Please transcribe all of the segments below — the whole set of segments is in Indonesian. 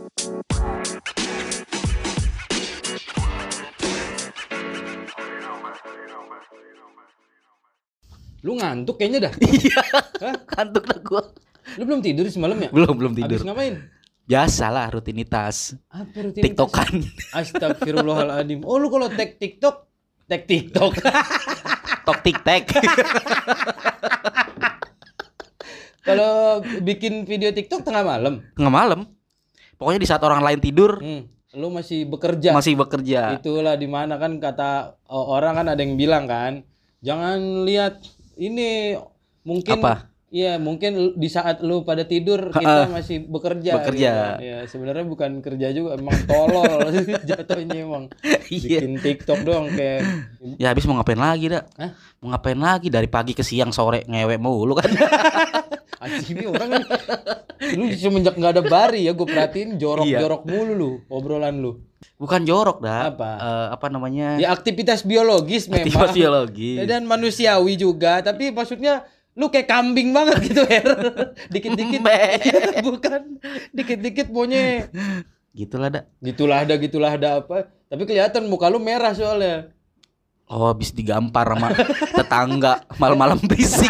Lu ngantuk kayaknya dah. Iya. Hah? Kantuk dah gua. Lu belum tidur semalam ya? Belum tidur. Habis ngapain? Biasalah rutinitas. Apa rutinitas? TikTokan. Astagfirullahaladzim. Oh lu kalau tag TikTok. Tok tik-tek. Kalau bikin video TikTok tengah malam. Tengah malam. Pokoknya di saat orang lain tidur, Lu masih bekerja. masih bekerja. Itulah dimana kan kata orang kan ada yang bilang kan, jangan lihat ini mungkin. Apa? Iya mungkin di saat lu pada tidur kita masih bekerja. Bekerja. Gitu. Ya sebenarnya bukan kerja juga, emang tolol jatuhnya emang. Iya. Bikin TikTok doang kayak. Ya habis mau ngapain lagi dah? Hah? Mau ngapain lagi dari pagi ke siang sore ngewe mulu kan? Anjing ini orang kan. Lu semenjak nggak ada Bari ya gue perhatiin jorok mulu lu obrolan lu. Bukan jorok dah. Apa? Apa namanya? Ya aktivitas biologis memang. Aktivitas biologi. Dan manusiawi juga, tapi maksudnya lu kayak kambing banget gitu Her. Dikit-dikit bukan dikit-dikit maunya Gitulah dah. gitulah ada apa. Tapi kelihatan muka lu merah soalnya. Oh, habis digampar sama tetangga malam-malam berisik.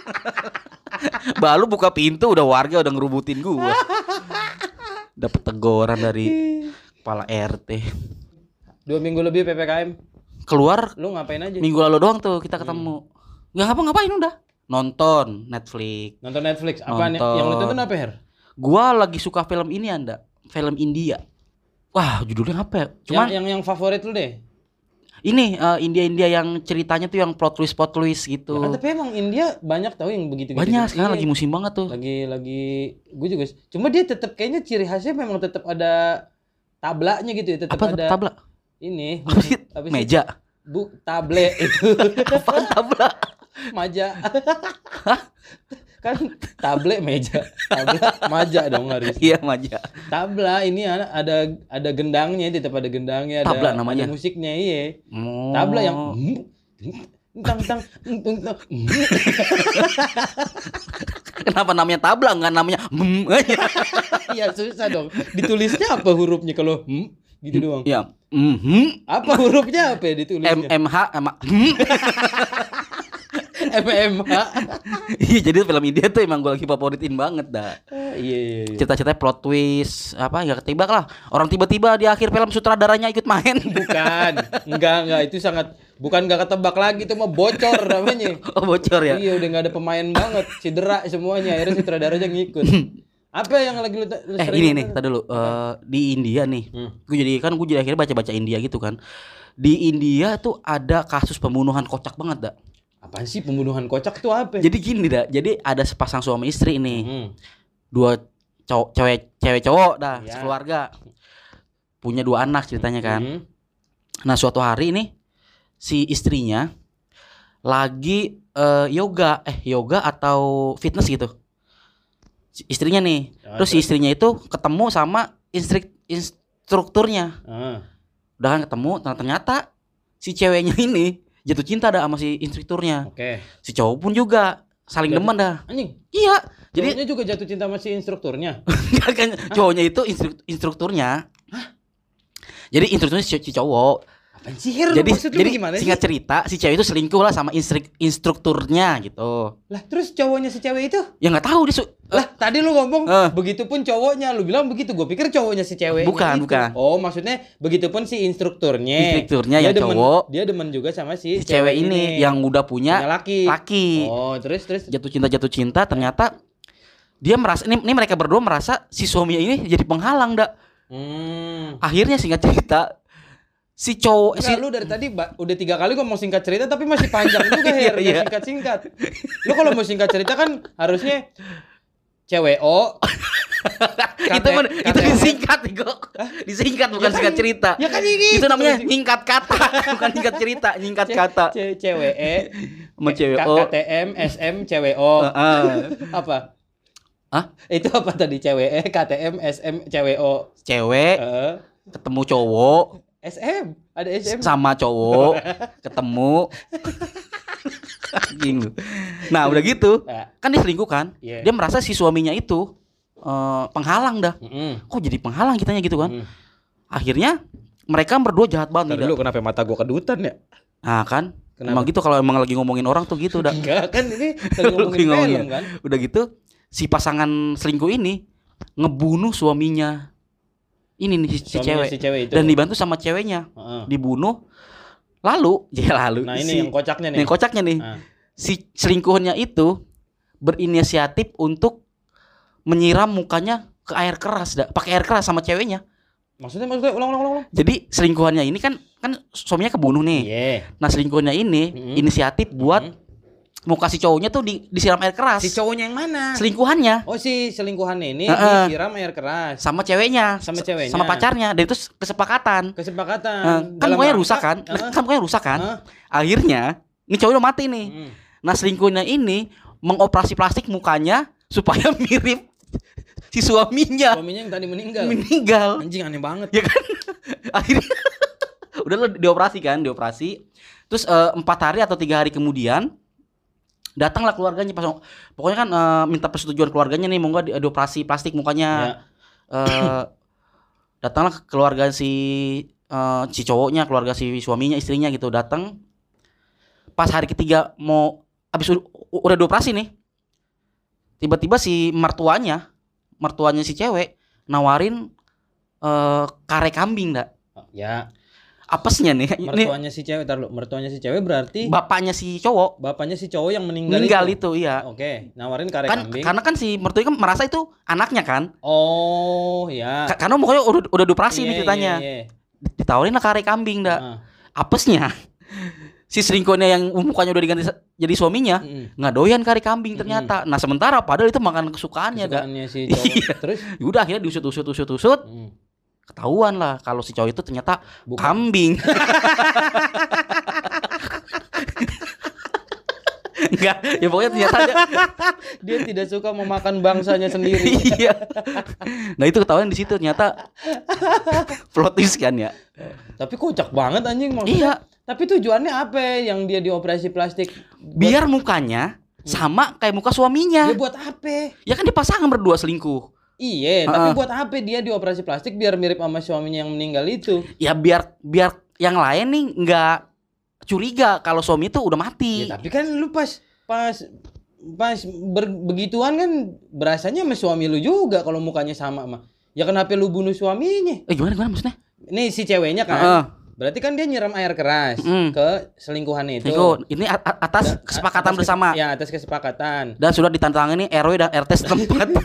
Baru buka pintu udah warga udah ngerubutin gua. Dapat teguran dari kepala RT. 2 minggu lebih PPKM. Keluar Lu ngapain aja? minggu lalu doang tuh kita ketemu. Nggak ngapa-ngapain udah. Nonton Netflix. Nonton Netflix. Apa Nonton. yang lu tonton apa Her? Gua lagi suka film ini Anda. Film India. Wah, judulnya apa ya? Cuman Yang favorit lu deh. ini India yang ceritanya tuh yang plot twist gitu. Ya kan, tapi emang India banyak tahu yang begitu. Banyak sekarang Iya. lagi musim banget tuh. Lagi gue juga. Cuma dia tetap kayaknya ciri khasnya memang tetap ada tablanya gitu ya, tetap Apa ada tabla? ini. Apa sih? Apa sih? Meja. Bu, table itu. Apa tabla? Maja. Kan table meja. Table maja dong harus. Iya, meja. Tabla ini ada gendangnya, tetap ada gendangnya, Tabla namanya? ada musiknya, iya. Oh. Tabla yang tang. Kenapa namanya tabla nggak namanya Iya susah dong. Ditulisnya apa hurufnya kalau gitu doang. Ya. Apa hurufnya apa ya ditulisnya? MH MMH. Iya, jadi film India tuh emang gue lagi favoritin banget dah. Iya. Cerita-ceritanya plot twist apa nggak ketebak lah. Orang tiba-tiba di akhir film sutradaranya ikut main. Bukan. Enggak itu sangat bukan enggak ketebak lagi, itu mah bocor namanya. Oh, bocor ya. Iya, udah enggak ada pemain banget, cedera semuanya, akhirnya sutradaranya ngikut. Apa yang lagi lu Ini nih, tadi dulu di India nih. Gue jadi akhirnya baca-baca India gitu kan. Di India tuh ada kasus pembunuhan kocak banget dah. Apaan sih pembunuhan kocak tuh apa? Jadi gini dah. Jadi ada sepasang suami istri nih. Dua cewek cowok dah, Ya. sekeluarga. Punya 2 anak ceritanya kan. Nah, suatu hari nih si istrinya lagi yoga atau fitness gitu. Istrinya nih. Terus si istrinya itu ketemu sama instrukturnya. Udah kan ketemu, ternyata si ceweknya ini jatuh cinta dah sama si instrukturnya. Oke. Si cowok pun juga saling demen dah. Anjing. Iya. Jadi Cowoknya juga jatuh cinta sama si instrukturnya. kan cowoknya itu instrukturnya. Jadi instrukturnya si cowok. Apaan sih Her? Jadi Maksud lu gimana sih? singkat cerita si cewek itu selingkuh lah sama instrukturnya gitu. Lah terus cowoknya si cewek itu? Ya nggak tahu dia Lah tadi lu ngomong begitupun cowoknya, lu bilang begitu. Gue pikir cowoknya si ceweknya. Bukan. Oh, maksudnya begitupun si instrukturnya. Instrukturnya Dia yang cowok. Dia demen juga sama si cewek ini yang udah punya laki. Oh, terus jatuh cinta ternyata dia merasa ini mereka berdua merasa si suaminya ini jadi penghalang dah. Akhirnya singkat cerita si cowok lu dari tadi udah 3 kali ngomong singkat cerita tapi masih panjang juga Her. Iya. Singkat. Lu kalau mau singkat cerita kan harusnya CWO. itu disingkat kok. Disingkat bukan singkat cerita. Ya kan ini. Itu namanya nyingkat kata, bukan singkat cerita, nyingkat kata. CWE sama CWO. KTM SM CWO. Apa? Itu apa tadi CWE KTM SM CWO. Cewek ketemu cowok. SM, ada SM sama cowok ketemu. Anjing lu. Nah, udah gitu. Kan dia selingkuh kan? Yeah. Dia merasa si suaminya itu penghalang dah. Kok jadi penghalang kitanya gitu kan. Akhirnya mereka berdua jahat banget. Dulu kenapa mata gua kedutan ya? Nah kan, emang gitu kalau emang lagi ngomongin orang tuh gitu udah. Enggak kan ini lagi ngomongin film kan. Udah gitu si pasangan selingkuh ini ngebunuh suaminya. Ini nih si cewek itu. Dan dibantu sama ceweknya. Dibunuh. Lalu. Nah ini yang kocaknya nih. Yang kocaknya nih. Si selingkuhannya itu berinisiatif untuk menyiram mukanya ke air keras, pakai air keras sama ceweknya. Maksudnya ulang. Jadi selingkuhannya ini kan suaminya kebunuh nih. Nah selingkuhannya ini inisiatif buat muka si cowoknya tuh disiram air keras. Si cowoknya yang mana? Selingkuhannya. Oh si selingkuhannya ini disiram air keras sama ceweknya. Sama pacarnya. Dan itu kesepakatan. Kan mukanya rusak kan? Akhirnya ini cowoknya udah mati nih. Nah selingkuhannya ini mengoperasi plastik mukanya supaya mirip si suaminya. Suaminya yang tadi meninggal. Anjing aneh banget. Ya kan? Akhirnya udah lo dioperasi. Terus 4 hari atau 3 hari kemudian datanglah keluarganya pokoknya kan minta persetujuan keluarganya nih, monggo dioperasi plastik mukanya. Datanglah keluarga si cowoknya, keluarga si suaminya, istrinya gitu datang. Pas hari ketiga mau habis udah dioperasi nih. Tiba-tiba si mertuanya si cewek nawarin kare kambing, enggak? Ya. Apesnya nih. Mertuanya si cewek, mertuanya si cewek berarti bapaknya si cowok. Bapaknya si cowok yang meninggal itu, iya. Oke, nawarin kare kambing. Karena kan si mertuanya kan merasa itu anaknya kan. Oh, ya. Karena mukanya udah dioperasi nih ceritanya. Ditawarin lah kare kambing, enggak? Apesnya si selingkuhannya yang mukanya udah diganti jadi suaminya nggak doyan kari kambing ternyata. Nah sementara padahal itu makanan kesukaannya si cowok. Terus udah akhirnya diusut. Ketahuan lah kalau si cowok itu ternyata kambing. Enggak, ya pokoknya ternyata dia tidak suka memakan bangsanya sendiri. Iya. Nah itu ketahuan di situ ternyata plot twist kan ya. Tapi kocak banget anjing maksudnya. Iya. Tapi tujuannya apa yang dia dioperasi plastik? Biar mukanya sama kayak muka suaminya. Ya buat apa? Ya kan dipasangan berdua selingkuh. Iya, tapi buat apa dia dioperasi plastik biar mirip sama suaminya yang meninggal itu? Ya biar yang lain nih nggak curiga kalau suami itu udah mati. Ya tapi kan lu pas begituan kan berasanya sama suami lu juga kalau mukanya sama mah. Ya kenapa lu bunuh suaminya? Gimana maksudnya? Ini si ceweknya kan. Berarti kan dia nyiram air keras ke selingkuhannya itu. Ini atas kesepakatan bersama. Ya, atas kesepakatan. Dan sudah ditandatangani RW dan RT setempat.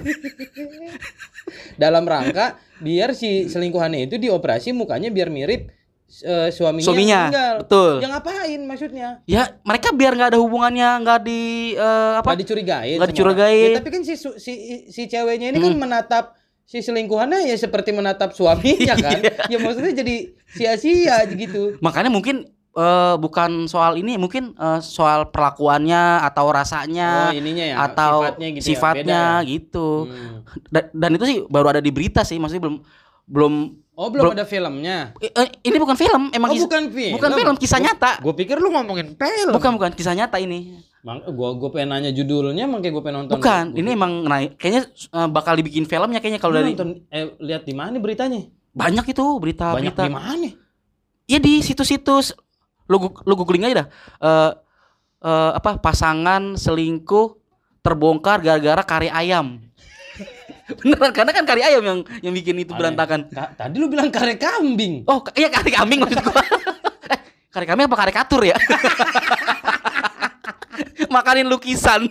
Dalam rangka biar si selingkuhannya itu dioperasi mukanya biar mirip suaminya meninggal. Betul. Yang ngapain maksudnya? Ya, mereka biar enggak ada hubungannya, enggak dicurigain. Ya, tapi kan si ceweknya ini kan menatap si selingkuhannya ya seperti menatap suaminya kan. Ya maksudnya jadi sia-sia gitu. Makanya mungkin bukan soal ini, mungkin soal perlakuannya atau rasanya atau sifatnya gitu. Dan itu sih baru ada di berita sih, maksudnya belum ada filmnya. Ini bukan film, emang bukan film. Bukan film, kisah nyata. Gue pikir lu ngomongin film. Bukan kisah nyata ini. Gue pengen nanya judulnya, makanya gue pengen nonton. Bukan, ini emang kayaknya bakal dibikin filmnya kayaknya kalau dari lihat di mana beritanya? Banyak itu berita. Banyak di mana? Ya di situs-situs. Lu googling aja dah. Pasangan selingkuh terbongkar gara-gara kari ayam. Beneran, karena kan kari ayam yang bikin itu berantakan. Tadi lu bilang kari kambing. Oh, iya kari kambing maksud gua. Kari kambing apa karikatur ya? Makanin lukisan.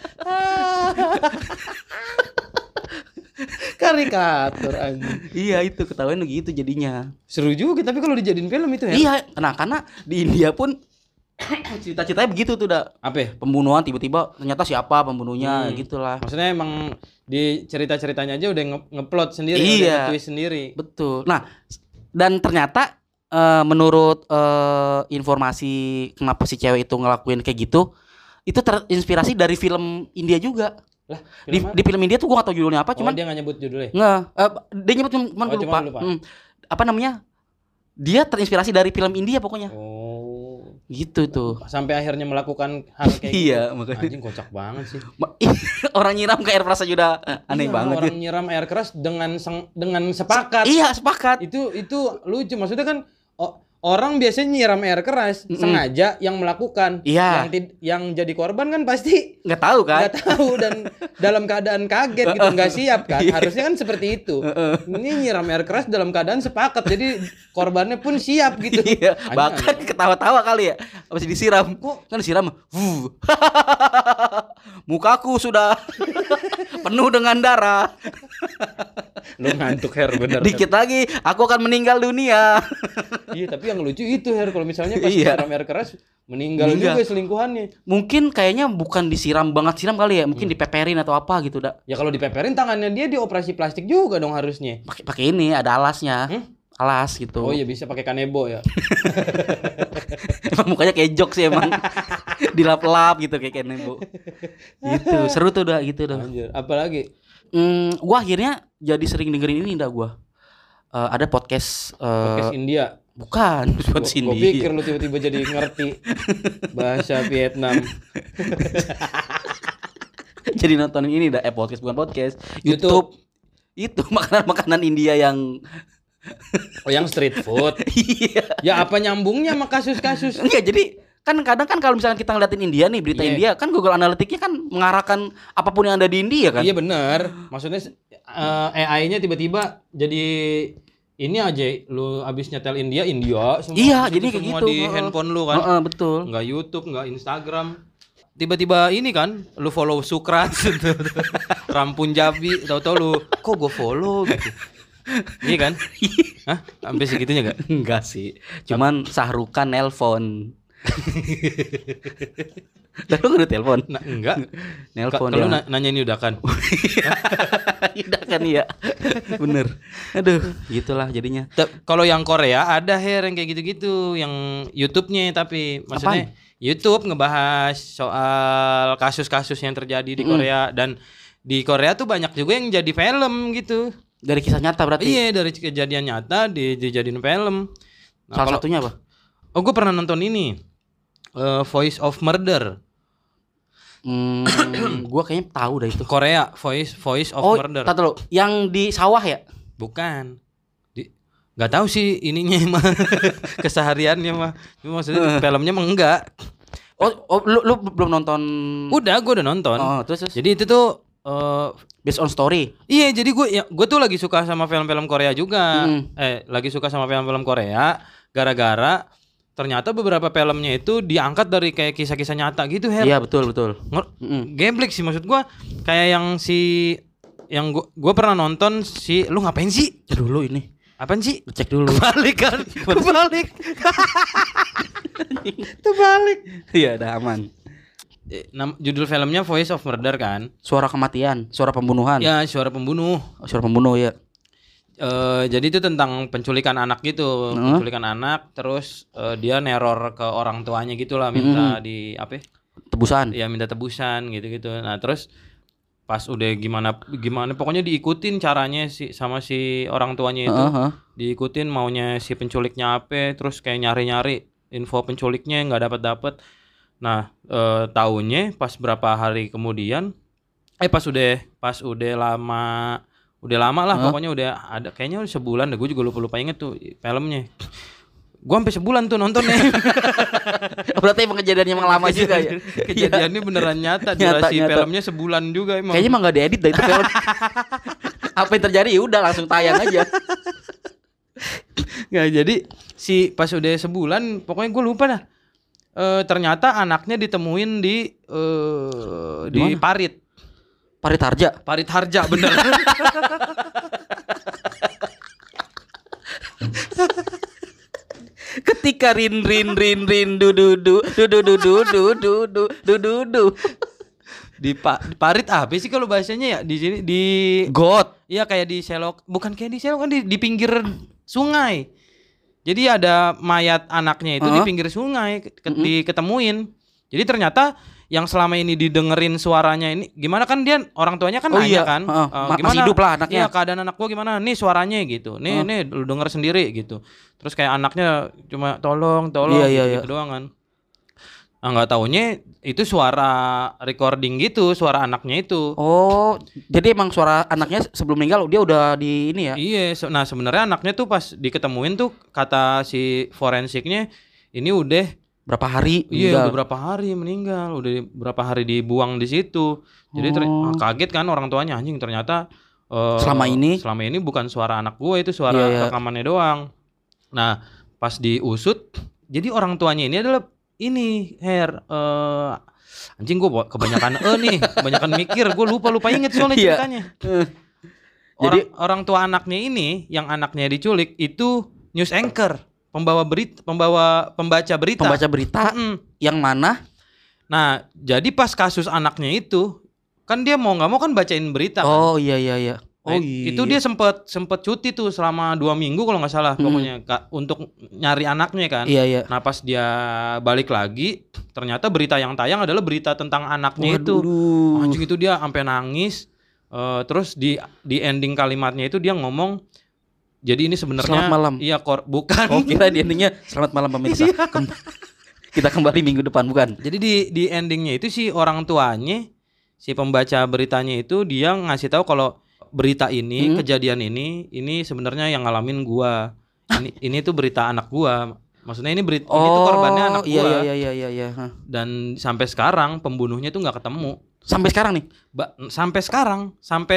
Karikatur anjing. Iya itu ketahuan gitu jadinya. Seru juga tapi kalau dijadiin film itu ya. Iya, nah karena di India pun cita-citanya begitu tuh dah. Apa? Pembunuhan tiba-tiba ternyata siapa pembunuhnya gitulah. Maksudnya emang di cerita-ceritanya aja udah ngeplot sendiri, udah twist sendiri. Betul. Nah, dan ternyata menurut informasi kenapa si cewek itu ngelakuin kayak gitu, itu terinspirasi dari film India juga. Lah, di film India tuh gua gak tau judulnya apa, cuman dia gak nyebut judulnya. Dia nyebut cuman gua lupa. Apa namanya? Dia terinspirasi dari film India pokoknya. Gitu tuh. Sampai akhirnya melakukan hal kayak Iya, gitu. makanya. Anjing kocak banget sih. Orang nyiram ke air keras aja udah aneh Iya, banget. orang nyiram air keras dengan sepakat. Iya, sepakat. Itu lucu, maksudnya kan orang biasanya nyiram air keras sengaja yang melakukan. Iya. Yang jadi korban kan pasti Nggak tahu kan? nggak tahu dan dalam keadaan kaget gitu, nggak siap kan. Harusnya kan seperti itu. Ini nyiram air keras dalam keadaan sepakat, jadi korbannya pun siap gitu. Iya, bahkan ketawa-tawa kali ya. Habis disiram. Kok Kan disiram. Mukaku sudah penuh dengan darah. lu ngantuk Her, bener. Dikit lagi aku akan meninggal dunia. Iya, tapi yang lucu itu Her, kalau misalnya pas Iya. nyiram air keras meninggal juga selingkuhannya. Mungkin kayaknya bukan disiram banget siram kali ya, mungkin dipeperin atau apa gitu, dak. Ya kalau dipeperin tangannya dia dioperasi plastik juga dong harusnya. Pakai ini ada alasnya. Alas gitu. Oh iya, bisa pakai kanebo ya. Emang mukanya kayak jok sih emang. Dilap-lap gitu kayak Nebo. Gitu. Seru tuh dah gitu dah. Anjir, apalagi Gua akhirnya jadi sering dengerin ini dah gua. Ada podcast podcast India. bukan podcast Gue India. pikir lu tiba-tiba jadi ngerti bahasa Vietnam. Jadi nontonin ini dah podcast bukan podcast. YouTube. Itu makanan-makanan India yang Oh, yang street food. iya. Ya apa nyambungnya sama kasus-kasus? Enggak, jadi kan kadang kan kalau misalkan kita ngeliatin India nih, berita India kan Google Analytics-nya kan mengarahkan apapun yang ada di India kan. Iya benar. Maksudnya AI-nya tiba-tiba jadi ini aja, lu abis nyetel India semua. Iya, jadi kayak semua gitu. di handphone lu kan. Betul. Nggak YouTube, nggak Instagram. Tiba-tiba ini kan, lu follow Sukrat, Rampun Jabi, tahu-tahu lu, kok gue follow gitu. Iya kan? Hah? Sampai segitunya gak? Enggak sih. Cuman Sahrukan nelpon. Lalu kan udah telepon? Nah, enggak. Nelpon Kalau ya. nanya ini udah kan? Udah kan iya. Bener. Aduh, gitulah jadinya. Kalau yang Korea ada Her yang kayak gitu-gitu, yang YouTube-nya tapi maksudnya YouTube ngebahas soal kasus-kasus yang terjadi di Korea, dan di Korea tuh banyak juga yang jadi film gitu. Dari kisah nyata berarti? Iya, dari kejadian nyata dijadiin film. Nah, Salah satunya apa? Oh, gue pernah nonton ini, Voice of Murder. Gua kayaknya tahu dah itu. Korea, Voice of Murder. Oh, tahu dulu. Yang di sawah ya? Bukan. Nggak tahu sih ininya mah kesehariannya mah. Cuma maksudnya filmnya mah enggak. Oh, lu belum nonton? Udah, gue udah nonton. Oh, terus. Jadi itu tuh based on story. iya, jadi gue tuh lagi suka sama film-film Korea juga. Lagi suka sama film-film Korea gara-gara ternyata beberapa filmnya itu diangkat dari kayak kisah-kisah nyata gitu, Her. Iya, betul. Geblek sih, maksud gue kayak yang gue pernah nonton si, lu ngapain sih? Dulu ini. Apaan sih? Cek dulu. Balik kan? Kebalik. Terbalik. Iya, udah aman. Judul filmnya Voice of Murder kan? Suara kematian, suara pembunuhan. Ya, suara pembunuh. Suara pembunuh ya. Jadi itu tentang penculikan anak gitu, penculikan anak, terus dia neror ke orang tuanya gitulah, minta di apa? Tebusan. Ya, minta tebusan gitu-gitu. Nah, terus pas udah gimana pokoknya diikutin caranya sama si orang tuanya itu. Diikutin maunya si penculiknya apa, terus kayak nyari-nyari info penculiknya nggak dapat. Nah, taunya pas berapa hari kemudian pas udah lama lah, pokoknya udah ada kayaknya udah sebulan deh, gue juga lupa inget tuh filmnya. Gue sampai sebulan tuh nontonnya. Berarti emang kejadiannya emang lama juga ya. Kejadiannya beneran nyata, durasi filmnya sebulan juga emang. Kayaknya emang gak diedit dah itu film. Apa yang terjadi ya udah langsung tayang aja. Nggak, jadi pas udah sebulan pokoknya gue lupa dah. Ternyata anaknya ditemuin di Parit. Parit Harja bener. Ketika rin du Di Parit apa sih kalau bahasanya ya di sini di got. Iya, kayak di Selok, bukan kayak di Selok kan di pinggir sungai. Jadi ada mayat anaknya itu di pinggir sungai diketemuin. Jadi ternyata yang selama ini didengerin suaranya ini gimana kan, dia orang tuanya kan nanya kan, gimana masih hidup lah anaknya. Iya, keadaan anak gua gimana? Nih suaranya gitu. Nih lu denger sendiri gitu. Terus kayak anaknya cuma tolong iya. gitu doang kan. Nggak taunya itu suara recording gitu, suara anaknya itu. Oh, jadi emang suara anaknya sebelum meninggal dia udah di ini ya? Iya, nah sebenarnya anaknya tuh pas diketemuin tuh kata si forensiknya ini udah berapa hari meninggal? Iya, udah berapa hari meninggal, udah berapa hari dibuang di situ. Jadi kaget kan orang tuanya, anjing ternyata selama ini bukan suara anak gue, itu suara rekamannya doang. Nah, pas diusut, jadi orang tuanya ini adalah ini anjing gue kebanyakan kebanyakan mikir, gue lupa inget soalnya ceritanya. Jadi orang tua anaknya ini, yang anaknya diculik itu news anchor, pembaca berita. Yang mana? Nah, jadi pas kasus anaknya itu, kan dia mau nggak mau kan bacain berita. Oh kan? Iya. Nah, itu dia sempet cuti tuh selama 2 minggu kalau nggak salah, pokoknya untuk nyari anaknya kan. Iya. Nah pas dia balik lagi, ternyata berita yang tayang adalah berita tentang anaknya. Itu. Anjing itu dia sampai nangis. Terus di ending kalimatnya itu dia ngomong, jadi ini sebenarnya selamat malam. Iya bukan. Oh kira di endingnya selamat malam pemirsa. Kita kembali minggu depan, bukan? Jadi di endingnya itu si orang tuanya, si pembaca beritanya itu dia ngasih tahu kalau berita ini, kejadian ini sebenarnya yang ngalamin gua. Ini tuh berita anak gua. Maksudnya ini ini tuh korbannya anak gua. Iya. Dan sampai sekarang pembunuhnya tuh nggak ketemu. Sampai sekarang nih? Sampai sekarang,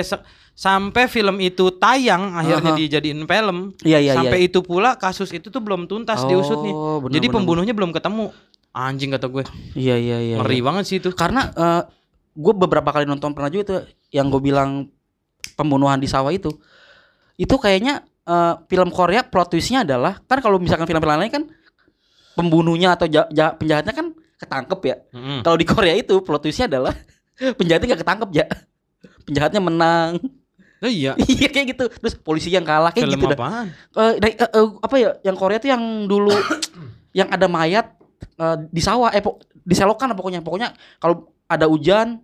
sampai film itu tayang akhirnya dijadiin film. Iya. Sampai itu pula kasus itu tuh belum tuntas diusutnya. Jadi pembunuhnya belum ketemu. Anjing kata gue. Iya. Ngeri banget sih itu. Karena gue beberapa kali nonton pernah juga tuh yang gue bilang pembunuhan di sawah itu kayaknya film Korea plot twistnya adalah kan kalau misalkan film-film lain kan pembunuhnya atau penjahatnya kan ketangkep ya. Kalau di Korea itu plot twistnya adalah penjahatnya nggak ketangkep ya, penjahatnya menang. Iya. Iya kayak gitu. Terus polisi yang kalah kayak film gitu. Apaan? Apa ya? Yang Korea tuh yang dulu yang ada mayat di sawah, di selokan pokoknya kalau ada hujan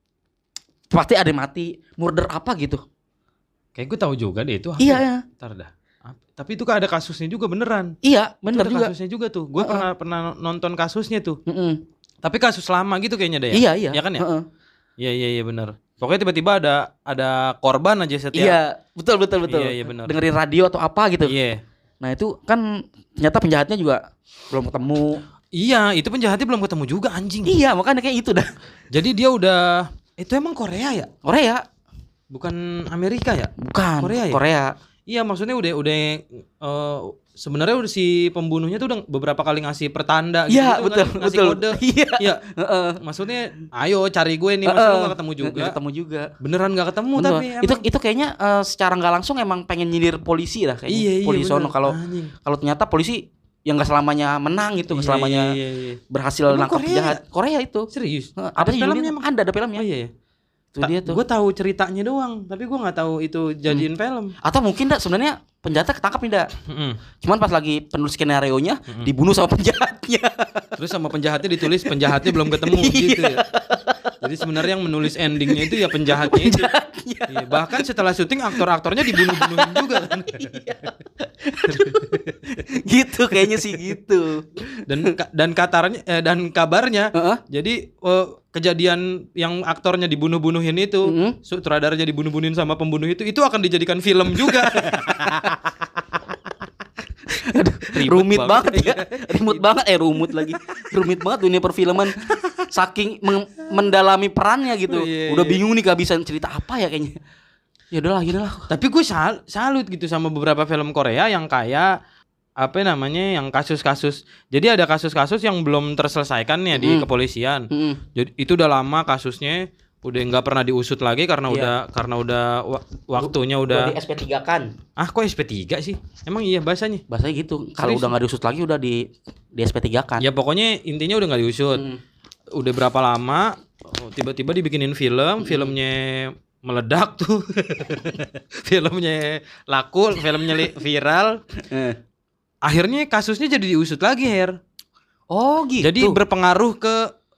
pasti ada yang mati, murder apa gitu. Kayak gue tahu juga deh itu. Iya. Ntar dah. Tapi itu kan ada kasusnya juga beneran. Iya, bener juga. Kasusnya juga tuh. Gue pernah nonton kasusnya tuh. Tapi kasus lama gitu kayaknya deh ya. Iya. Ya kan ya? Iya bener. Pokoknya tiba-tiba ada korban aja setiap. Iya, betul. Iya bener. Dengerin radio atau apa gitu. Iya. Nah itu kan ternyata penjahatnya juga belum ketemu. Iya, itu penjahatnya belum ketemu juga anjing. Iya, makanya kayak itu dah. Jadi dia udah itu emang Korea ya? Korea. Bukan Amerika ya? Bukan. Korea ya? Korea. Iya, maksudnya udah sebenarnya udah si pembunuhnya tuh udah beberapa kali ngasih pertanda gitu. Iya, betul. Kode. Iya. Maksudnya ayo cari gue nih, maksudnya enggak ketemu juga. Enggak ketemu juga. Beneran enggak ketemu betul. Tapi emang. Itu kayaknya secara enggak langsung emang pengen nyindir polisi lah kayaknya. Polisi sono kalau ternyata polisi yang nggak selamanya menang gitu, nggak selamanya berhasil nangkap penjahat. Korea itu. Serius? Ada filmnya emang? Ada filmnya. Oh iya. Itu dia tuh. Gue tahu ceritanya doang, tapi gue nggak tahu itu jadiin film. Atau mungkin sebenarnya penjahatnya ketangkap nih cuman pas lagi penulis skenarionya dibunuh sama penjahatnya. Terus sama penjahatnya ditulis penjahatnya belum ketemu gitu ya. Jadi sebenarnya yang menulis endingnya itu ya penjahatnya. Iya, bahkan setelah syuting aktor-aktornya dibunuh-bunuhin juga kan. Gitu kayaknya sih gitu. Dan kabarnya jadi kejadian yang aktornya dibunuh-bunuhin itu, sutradaranya dibunuh-bunuhin sama pembunuh itu akan dijadikan film juga. Aduh, rumit banget ya. Rumit banget dunia perfilman. Saking mendalami perannya gitu. Udah bingung nih kehabisan cerita apa ya kayaknya. Ya udahlah. Tapi gue salut gitu sama beberapa film Korea yang kayak apa namanya, yang kasus-kasus. Jadi ada kasus-kasus yang belum terselesaikan ya di kepolisian. Jadi itu udah lama kasusnya, udah nggak pernah diusut lagi karena udah waktunya udah di SP3 kan. Kok SP3 sih? Emang iya bahasanya gitu. Kalau udah nggak diusut lagi udah di SP3 kan. Ya pokoknya intinya udah nggak diusut. Udah berapa lama tiba-tiba dibikinin filmnya meledak tuh. Filmnya laku, filmnya viral. Akhirnya kasusnya jadi diusut lagi, Oh gitu. Jadi berpengaruh ke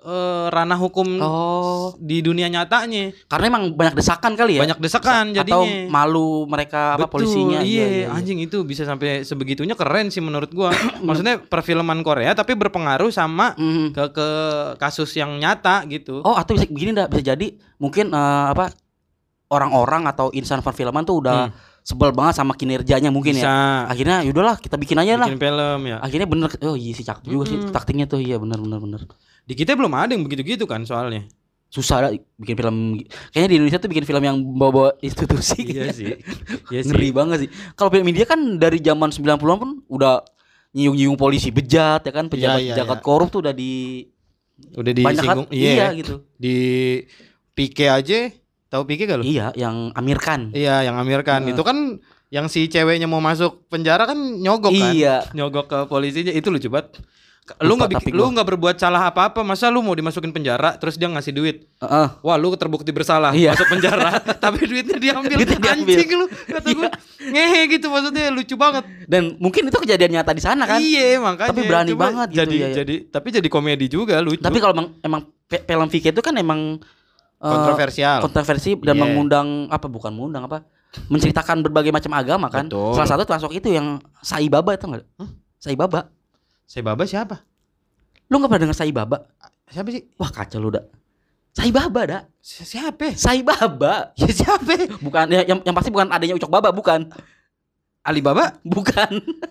ranah hukum di dunia nyatanya. Karena emang banyak desakan kali ya. Banyak desakan jadinya. Atau malu mereka polisinya. Iya, anjing itu bisa sampai sebegitunya, keren sih menurut gua. Maksudnya perfilman Korea tapi berpengaruh sama ke kasus yang nyata gitu. Oh, atau bisa begini bisa jadi mungkin orang-orang atau insan perfilman tuh udah sebel banget sama kinerjanya mungkin bisa. Ya. Akhirnya yaudahlah kita bikin aja lah. Bikin film ya. Akhirnya bener. Oh iya sih cakep juga sih taktiknya tuh. Iya bener. Di kita belum ada yang begitu-gitu kan soalnya. Susah lah bikin film. Kayaknya di Indonesia tuh bikin film yang bawa institusi. Iya sih. Ngeri banget sih. Kalau film India kan dari zaman 90-an pun udah nyiung-nyiung polisi bejat ya kan, pejabat korup tuh udah disinggung. Iya gitu. Di Pique aja. Tahu Pique gak lu? Iya, yang Amir Khan. Iya, yang Amir Khan. Itu kan yang si ceweknya mau masuk penjara kan nyogok kan. Iya. Nyogok ke polisinya, itu lucu banget. Lu nggak berbuat salah apa-apa, masa lu mau dimasukin penjara terus dia ngasih duit? Wah, lu terbukti bersalah, masuk penjara, tapi duitnya diambil. Anjing lu, kata gue. Ngehe gitu, maksudnya lucu banget. Dan mungkin itu kejadian nyata di sana kan? Iya, makanya. Tapi berani banget gitu ya. Jadi komedi juga, lucu. Tapi kalau emang film Vicky itu kan emang kontroversi dan mengundang menceritakan berbagai macam agama kan. Betul. Salah satu termasuk itu yang Sai Baba itu enggak? Sai Baba siapa? Lu enggak pernah dengar Sai Baba? Siapa sih? Wah, kacau lu dah. Sai Baba dah. Siapa? Sai Baba. Ya siapa? Bukan yang pasti bukan adanya Ucok Baba, bukan. Alibaba? Bukan.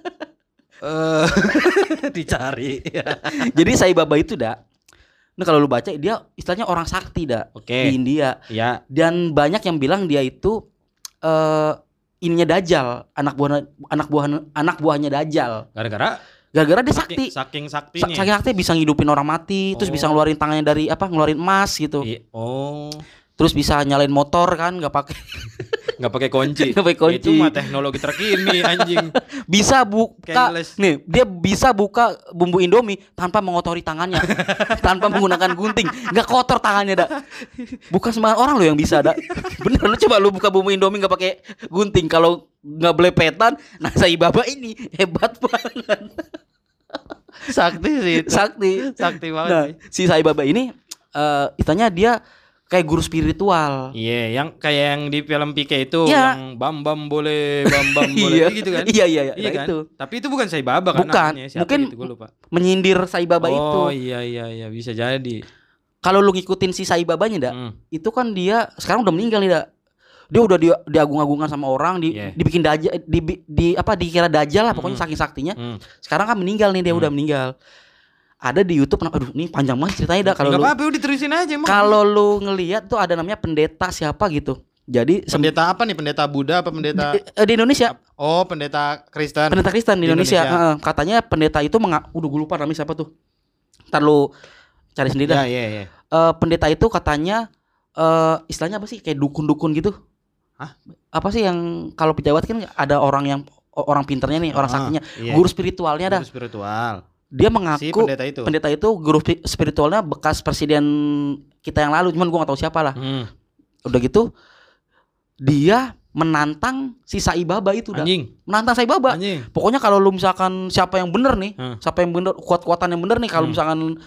Dicari. Jadi Sai Baba itu dah. Nah kalau lu baca dia istilahnya orang sakti dah di India. Iya. Dan banyak yang bilang dia itu ininya Dajjal, anak buahnya Dajjal. Gara-gara dia sakti. Saking saktinya. Saking sakti bisa ngidupin orang mati, terus bisa ngeluarin tangannya dari ngeluarin emas gitu. Terus bisa nyalain motor kan, nggak pakai kunci. Itu mah teknologi terkini anjing. Bisa buka nih, dia bisa buka bumbu Indomie tanpa mengotori tangannya. Tanpa menggunakan gunting, nggak kotor tangannya dah. Bukan sembarang orang lo yang bisa dah. Bener, lu coba lu buka bumbu Indomie nggak pakai gunting, kalau nggak belepetan, nah Sai Baba ini hebat banget. Sakti sih itu. Sakti banget. Nah, si Sai Baba ini istilahnya dia kayak guru spiritual. Iya, yang kayak yang di film Pique itu yang bam boleh gitu kan. Iya kan? Itu. Tapi itu bukan Sai Baba kan namanya. Mungkin gitu, gua lupa. Menyindir Sai Baba itu. Oh iya bisa jadi. Kalau lu ngikutin si Sai Babanya itu kan dia sekarang udah meninggal nih dah. Dia udah diagung-agungkan sama orang, dibikin dajal, dikira dajal lah pokoknya saking saktinya. Sekarang kan meninggal nih, dia udah meninggal. Ada di YouTube, aduh ini panjang banget ceritanya dah. Kalau nggak apa-apa, udah diterusin aja emang. Kalau lu ngelihat tuh ada namanya pendeta siapa gitu. Jadi pendeta apa nih? Pendeta Buddha apa pendeta di Indonesia? Oh, pendeta Kristen. Pendeta Kristen di Indonesia. Katanya pendeta itu udah gue lupa namanya siapa tuh. Ntar lu cari sendiri dah. Iya. Pendeta itu katanya istilahnya apa sih? Kayak dukun-dukun gitu. Hah? Apa sih yang kalau pejabat kan ada orang pinternya nih, orang saktinya, guru spiritualnya dah. Guru spiritual. Dia mengaku si pendeta itu guru spiritualnya bekas presiden kita yang lalu, cuman gua enggak tahu siapa lah. Udah gitu dia menantang si Sai Baba itu dah. Menantang Sai Baba. Pokoknya kalau lu misalkan siapa yang bener nih, siapa yang bener, kuat-kuatan yang bener nih, kalau misalkan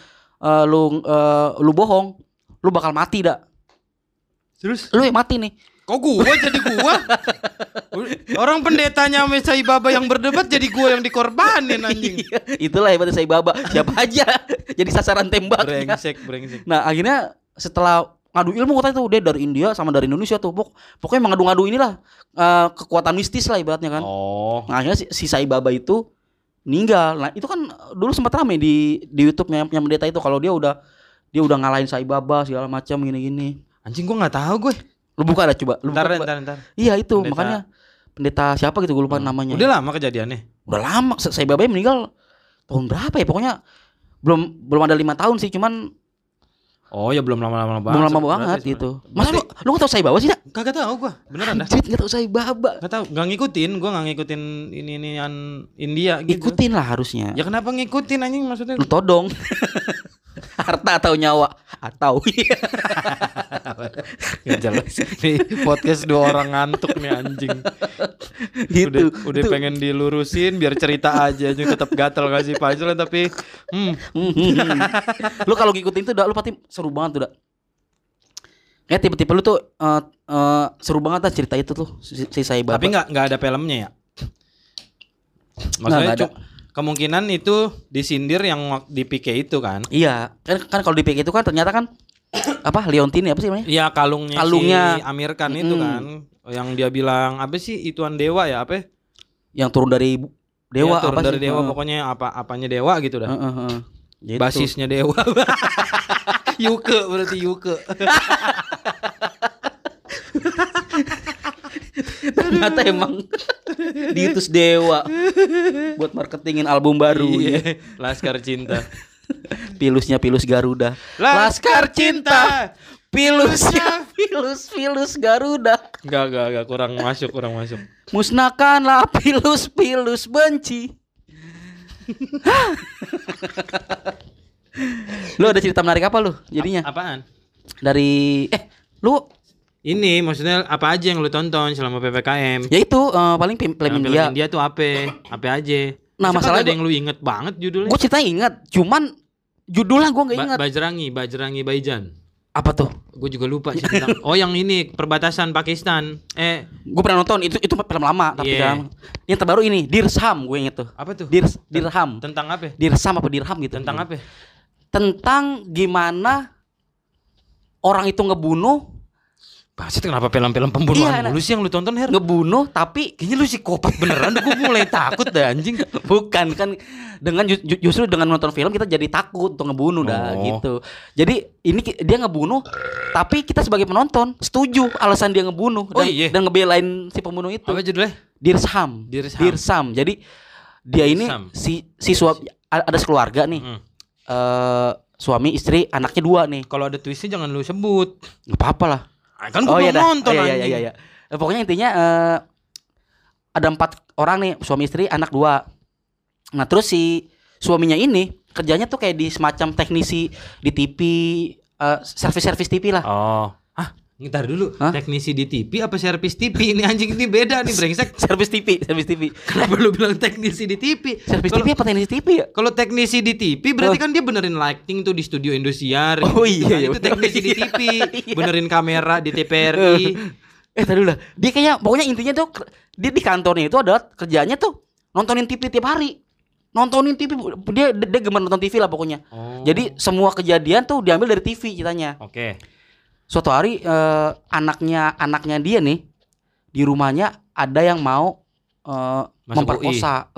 lu bohong, lu bakal mati dah. Terus lu yang mati nih. Kok gua jadi gua? Orang pendetanya sama Sai Baba yang berdebat, jadi gua yang dikorbanin anjing. Itulah hebatnya Sai Baba. Siapa aja jadi sasaran tembak. Brengsek. Nah, akhirnya setelah ngadu ilmu katanya tuh dia dari India sama dari Indonesia tuh. Pokoknya mengadu-ngadu inilah kekuatan mistis lah ibaratnya kan. Nah, akhirnya si Sai Baba itu meninggal. Nah, itu kan dulu sempat ramai di YouTube-nya yang pendeta itu, kalau dia udah ngalahin Sai Baba segala macam gini-gini. Anjing, gua enggak tahu gue. Lu buka dah coba. Ntar. Iya itu pendeta. Makanya pendeta siapa gitu gue lupa namanya. Udah lama kejadiannya. Udah lama. Sai Baba meninggal tahun berapa ya? Pokoknya belum ada 5 tahun sih, cuman. Oh ya belum lama-lama banget. Belum lama banget gitu. Masa lu enggak tahu Sai Baba sih, Dak? Kagak tahu gua. Beneran dah. Enggak tahu Sai Baba. Enggak tahu, enggak ngikutin. Gua enggak ngikutin inian India gitu. Ikutin lah harusnya. Ya kenapa ngikutin anjing, maksudnya? Lu todong. Harta atau nyawa? Atau Nggak jelas. Nih podcast 2 orang ngantuk nih anjing. gitu. Udah pengen dilurusin biar cerita aja tetap gatel kasih punchline tapi Lu kalau ngikutin itu lu pasti seru banget tuh, ya tipe-tipe lu tuh seru banget cerita itu tuh si Saibaba. Tapi nggak ada filmnya ya. Maksudnya kemungkinan itu disindir yang di PK itu kan? Iya, kan kalau di PK itu kan ternyata kan apa Leontine apa sih namanya? Iya kalungnya si Amir Khan itu kan, yang dia bilang apa sih ituan dewa ya apa? Yang turun dari dewa ya, turun apa dari sih? Dewa pokoknya apanya dewa gitu dah. Gitu. Basisnya dewa. Yuke berarti Yuke. Ternyata emang diutus dewa buat marketingin album baru. Iya, Laskar Cinta. Pilusnya Pilus Garuda. Laskar Cinta. Pilusnya Pilus Garuda. Enggak kurang masuk. Musnahkanlah Pilus benci. Lu ada cerita menarik apa lu jadinya? Apaan? Dari lu ini maksudnya apa aja yang lu tonton selama PPKM? ya itu paling film India. India tuh apa aja. Nah, masalahnya ada yang lu inget banget judulnya. Gue ceritanya inget, cuman judulnya gue nggak inget. Bajrangi Baijan. Apa tuh? Gue juga lupa sih tentang. Oh yang ini perbatasan Pakistan. Gue pernah nonton itu film lama tapi kan. Yang terbaru ini Dirham gue inget tuh. Apa tuh? Dirham. Tentang apa? Dirham apa Dirham gitu. Tentang apa? Tentang gimana orang itu ngebunuh. Pasti kenapa film-film pembunuhan mulu sih yang lu tonton Her? Ngebunuh tapi kayaknya lu psikopat beneran. Gue mulai takut dah anjing. Bukan kan dengan justru dengan nonton film kita jadi takut untuk ngebunuh dah gitu. Jadi ini dia ngebunuh tapi kita sebagai penonton setuju alasan dia ngebunuh dan ngebelain si pembunuh itu. Apa judulnya? Dirham. Jadi dia ini si suami ada sekeluarga nih. Suami, istri, anaknya 2 nih. Kalau ada twistnya jangan lu sebut. Gak apa-apa lah. Kan gue belum nonton anjing. Iya. Pokoknya intinya ada 4 orang nih, suami istri, anak 2. Nah terus si suaminya ini kerjanya tuh kayak di semacam teknisi di TV, servis TV lah. Ntar dulu, teknisi di TV apa servis TV? Ini anjing ini beda nih brengsek. Servis TV. Kenapa lu bilang teknisi di TV? Servis TV apa teknisi TV ya? Kalau teknisi di TV berarti kan dia benerin lighting tuh di studio Indosiar. Oh iya, itu teknisi di TV, benerin kamera di TVRI. Tadi lah. Dia kayaknya pokoknya intinya tuh dia di kantornya itu adalah kerjanya tuh nontonin TV tiap hari. Nontonin TV, dia gemar nonton TV lah pokoknya. Jadi semua kejadian tuh diambil dari TV ceritanya. Oke. Suatu hari anaknya dia nih di rumahnya ada yang mau memperkosa.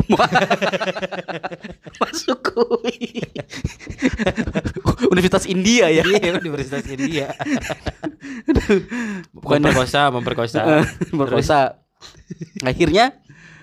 Masuk UI. Universitas India ya. Iya, Universitas India. Memperkosa. Akhirnya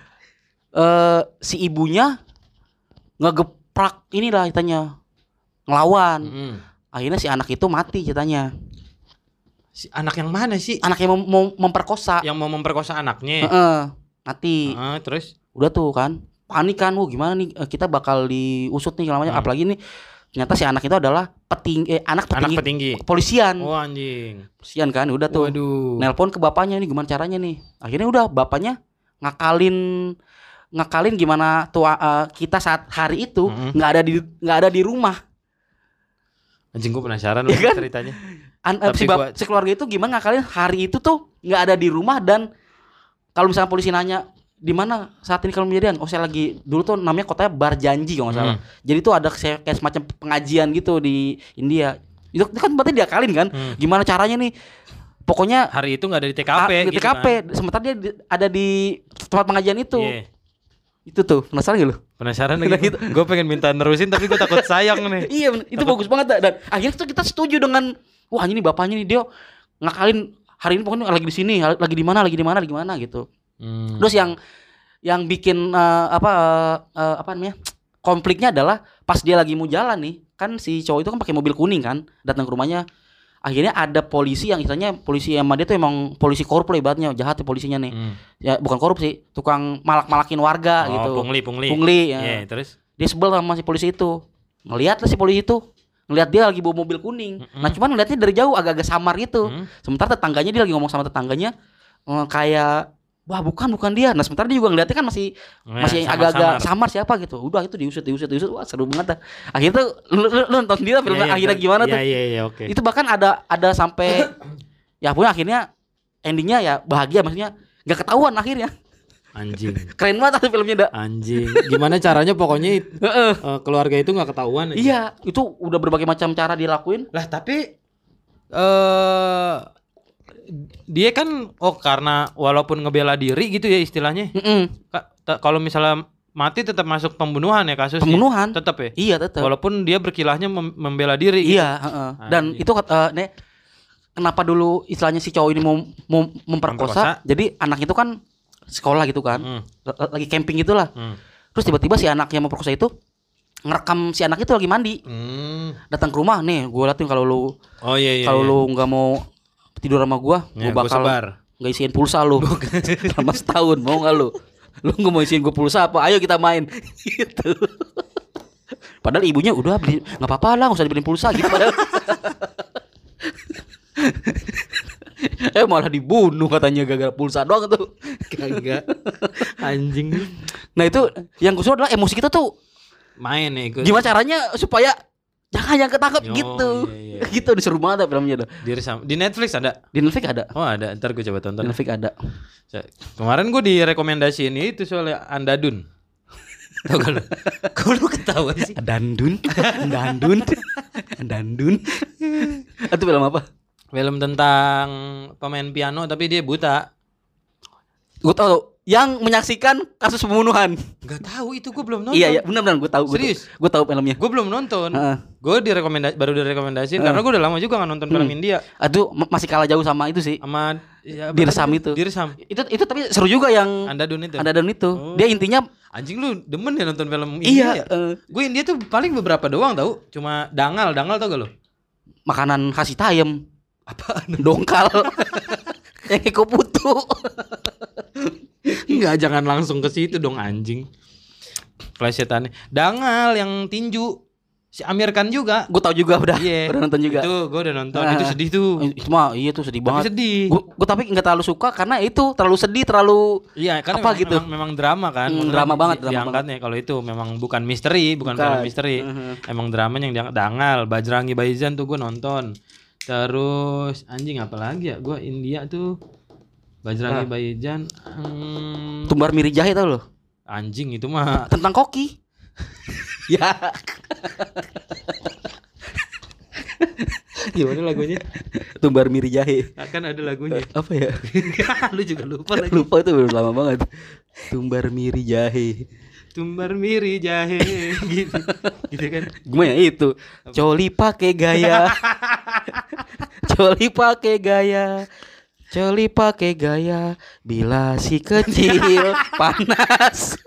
si ibunya ngegeprak inilah ceritanya, ngelawan. Akhirnya si anak itu mati ceritanya. Si anak yang mana sih? Anak yang mau memperkosa. Yang mau memperkosa anaknya. Mati. Terus? Udah tuh kan, panik kan, gimana nih kita bakal diusut nih namanya. Apalagi nih ternyata si anak itu adalah anak petinggi kepolisian. Oh anjing. Kepolisian kan, udah tuh. Waduh. Nelpon ke bapaknya nih gimana caranya nih. Akhirnya udah bapaknya ngakalin gimana tuh kita saat hari itu nggak ada di rumah. Anjing gue penasaran loh kan? Ceritanya. Si keluarga itu gimana ngakalin hari itu tuh nggak ada di rumah, dan kalau misalnya polisi nanya di mana saat ini kalau kejadian, saya lagi dulu tuh namanya kotanya Barjanji kalau nggak salah. Jadi tuh ada kayak semacam pengajian gitu di India. Itu kan berarti diakalin kan? Gimana caranya nih? Pokoknya hari itu nggak ada di TKP. Di TKP, kan? Sementara dia ada di tempat pengajian itu. Itu tuh penasaran gak lu? Penasaran gitu. Gue pengen minta nerusin tapi gue takut sayang nih. Iya, itu bagus banget dan akhirnya tuh kita setuju dengan wah ini bapaknya nih dia ngakalin hari ini pokoknya lagi di sini, lagi di mana gitu. Terus yang bikin apa namanya? Konfliknya adalah pas dia lagi mau jalan nih, kan si cowok itu kan pakai mobil kuning kan, datang ke rumahnya. Akhirnya ada polisi yang istilahnya polisi yang dia tuh emang polisi korup lah ibaratnya, jahat ya polisinya nih. Ya bukan korup sih, tukang malak-malakin warga gitu. Pungli. Ya. Yeah, terus dia sebel sama si polisi itu. Ngelihat lah si polisi itu ngeliat dia lagi bawa mobil kuning. Nah cuman ngeliatnya dari jauh agak-agak samar gitu. Sementara tetangganya dia lagi ngomong sama tetangganya kayak wah bukan dia. Nah sementara dia juga ngeliatnya kan masih agak-agak samar siapa gitu. Udah itu diusut. Wah seru banget dah. Akhirnya tuh lu nonton dia filmnya akhirnya gimana tuh? Iya oke. Itu bahkan ada sampai ya pokoknya akhirnya endingnya ya bahagia, maksudnya nggak ketahuan akhirnya. Anjing. Keren banget tuh filmnya dah. Anjing. Gimana caranya pokoknya keluarga itu nggak ketahuan aja. Iya, itu udah berbagai macam cara dilakuin. Lah tapi dia kan karena walaupun ngebela diri gitu ya istilahnya. Kalau misalnya mati tetap masuk pembunuhan ya kasusnya. Pembunuhan. Tetap ya? Iya, tetap. Walaupun dia berkilahnya membela diri iya, gitu. Dan itu kenapa dulu istilahnya si cowok ini mau memperkosa? Jadi anak itu kan sekolah gitu kan, lagi camping gitulah. Terus tiba-tiba si anak yang memperkosa itu ngerekam si anak itu lagi mandi. Datang ke rumah, nih gue liatin kalau lu kalau lu nggak mau tidur sama gue bakal nggak isiin pulsa lu selama setahun, mau nggak lu nggak mau isiin gue pulsa apa? Ayo kita main gitu. Padahal ibunya udah beli, nggak apa-apa lah, nggak usah dibeliin pulsa gitu padahal. Malah dibunuh katanya gara-gara pulsa doang tuh. Kagak. Anjing. Nah itu yang gue suka adalah emosi kita tuh main ya ikut. Gimana caranya supaya jangan yang ketangkep gitu. Iya. Gitu seru banget filmnya tuh. Di Netflix ada? Di Netflix ada. Oh ada, ntar gue coba tonton. Di Netflix ada. Kemarin gue direkomendasiin itu soalnya Andadun. Tau gak lu? Kok lu ketawa sih? Dandun. Itu film apa? Film tentang pemain piano tapi dia buta. Gue tahu yang menyaksikan kasus pembunuhan. Gak tahu itu, gue belum nonton. Iya benar gue tahu. Serius? Gue tahu filmnya. Gue belum nonton. Gue baru direkomendasiin karena gue udah lama juga nggak nonton film India. Aduh masih kalah jauh sama itu sih. Sama Dirsam itu. Itu tapi seru juga yang Andadun itu. Dia intinya anjing lu demen ya nonton film India. Iya. Gue India tuh paling beberapa doang tahu. Cuma dangal tau gak lo? Makanan khas Itayam. Apaan? Dongkal. Yang Eko Putu. Enggak, jangan langsung ke situ dong anjing. Plesetannya. Dangal yang tinju. Si Amir Khan juga. Gue tau juga udah nonton juga. Itu gue udah nonton. Itu sedih tuh. Itu mah iya tuh sedih banget. Sedih. Gue tapi enggak terlalu suka karena itu terlalu sedih, terlalu kan apa gitu. Memang drama kan. Drama banget diangkatnya. Kalau itu memang bukan misteri, bukan film misteri. Emang dramanya yang Dangal, Bajrangi Bhaijaan tuh gue nonton. Terus anjing apa lagi ya? Gue India tuh Bajrangi Bhaijaan. Tumbar Miri Jahe tau lo? Anjing itu mah tentang koki. Ya. Gimana lagunya? Tumbar Miri Jahe. Kan ada lagunya. Apa ya? Lu juga lupa lagi. Lupa itu belum lama banget. Tumbar Miri Jahe. Tumbar Miri Jahe gitu kan. Gue ya itu. Coli pakai gaya. Coli pakai gaya. Bila si kecil panas.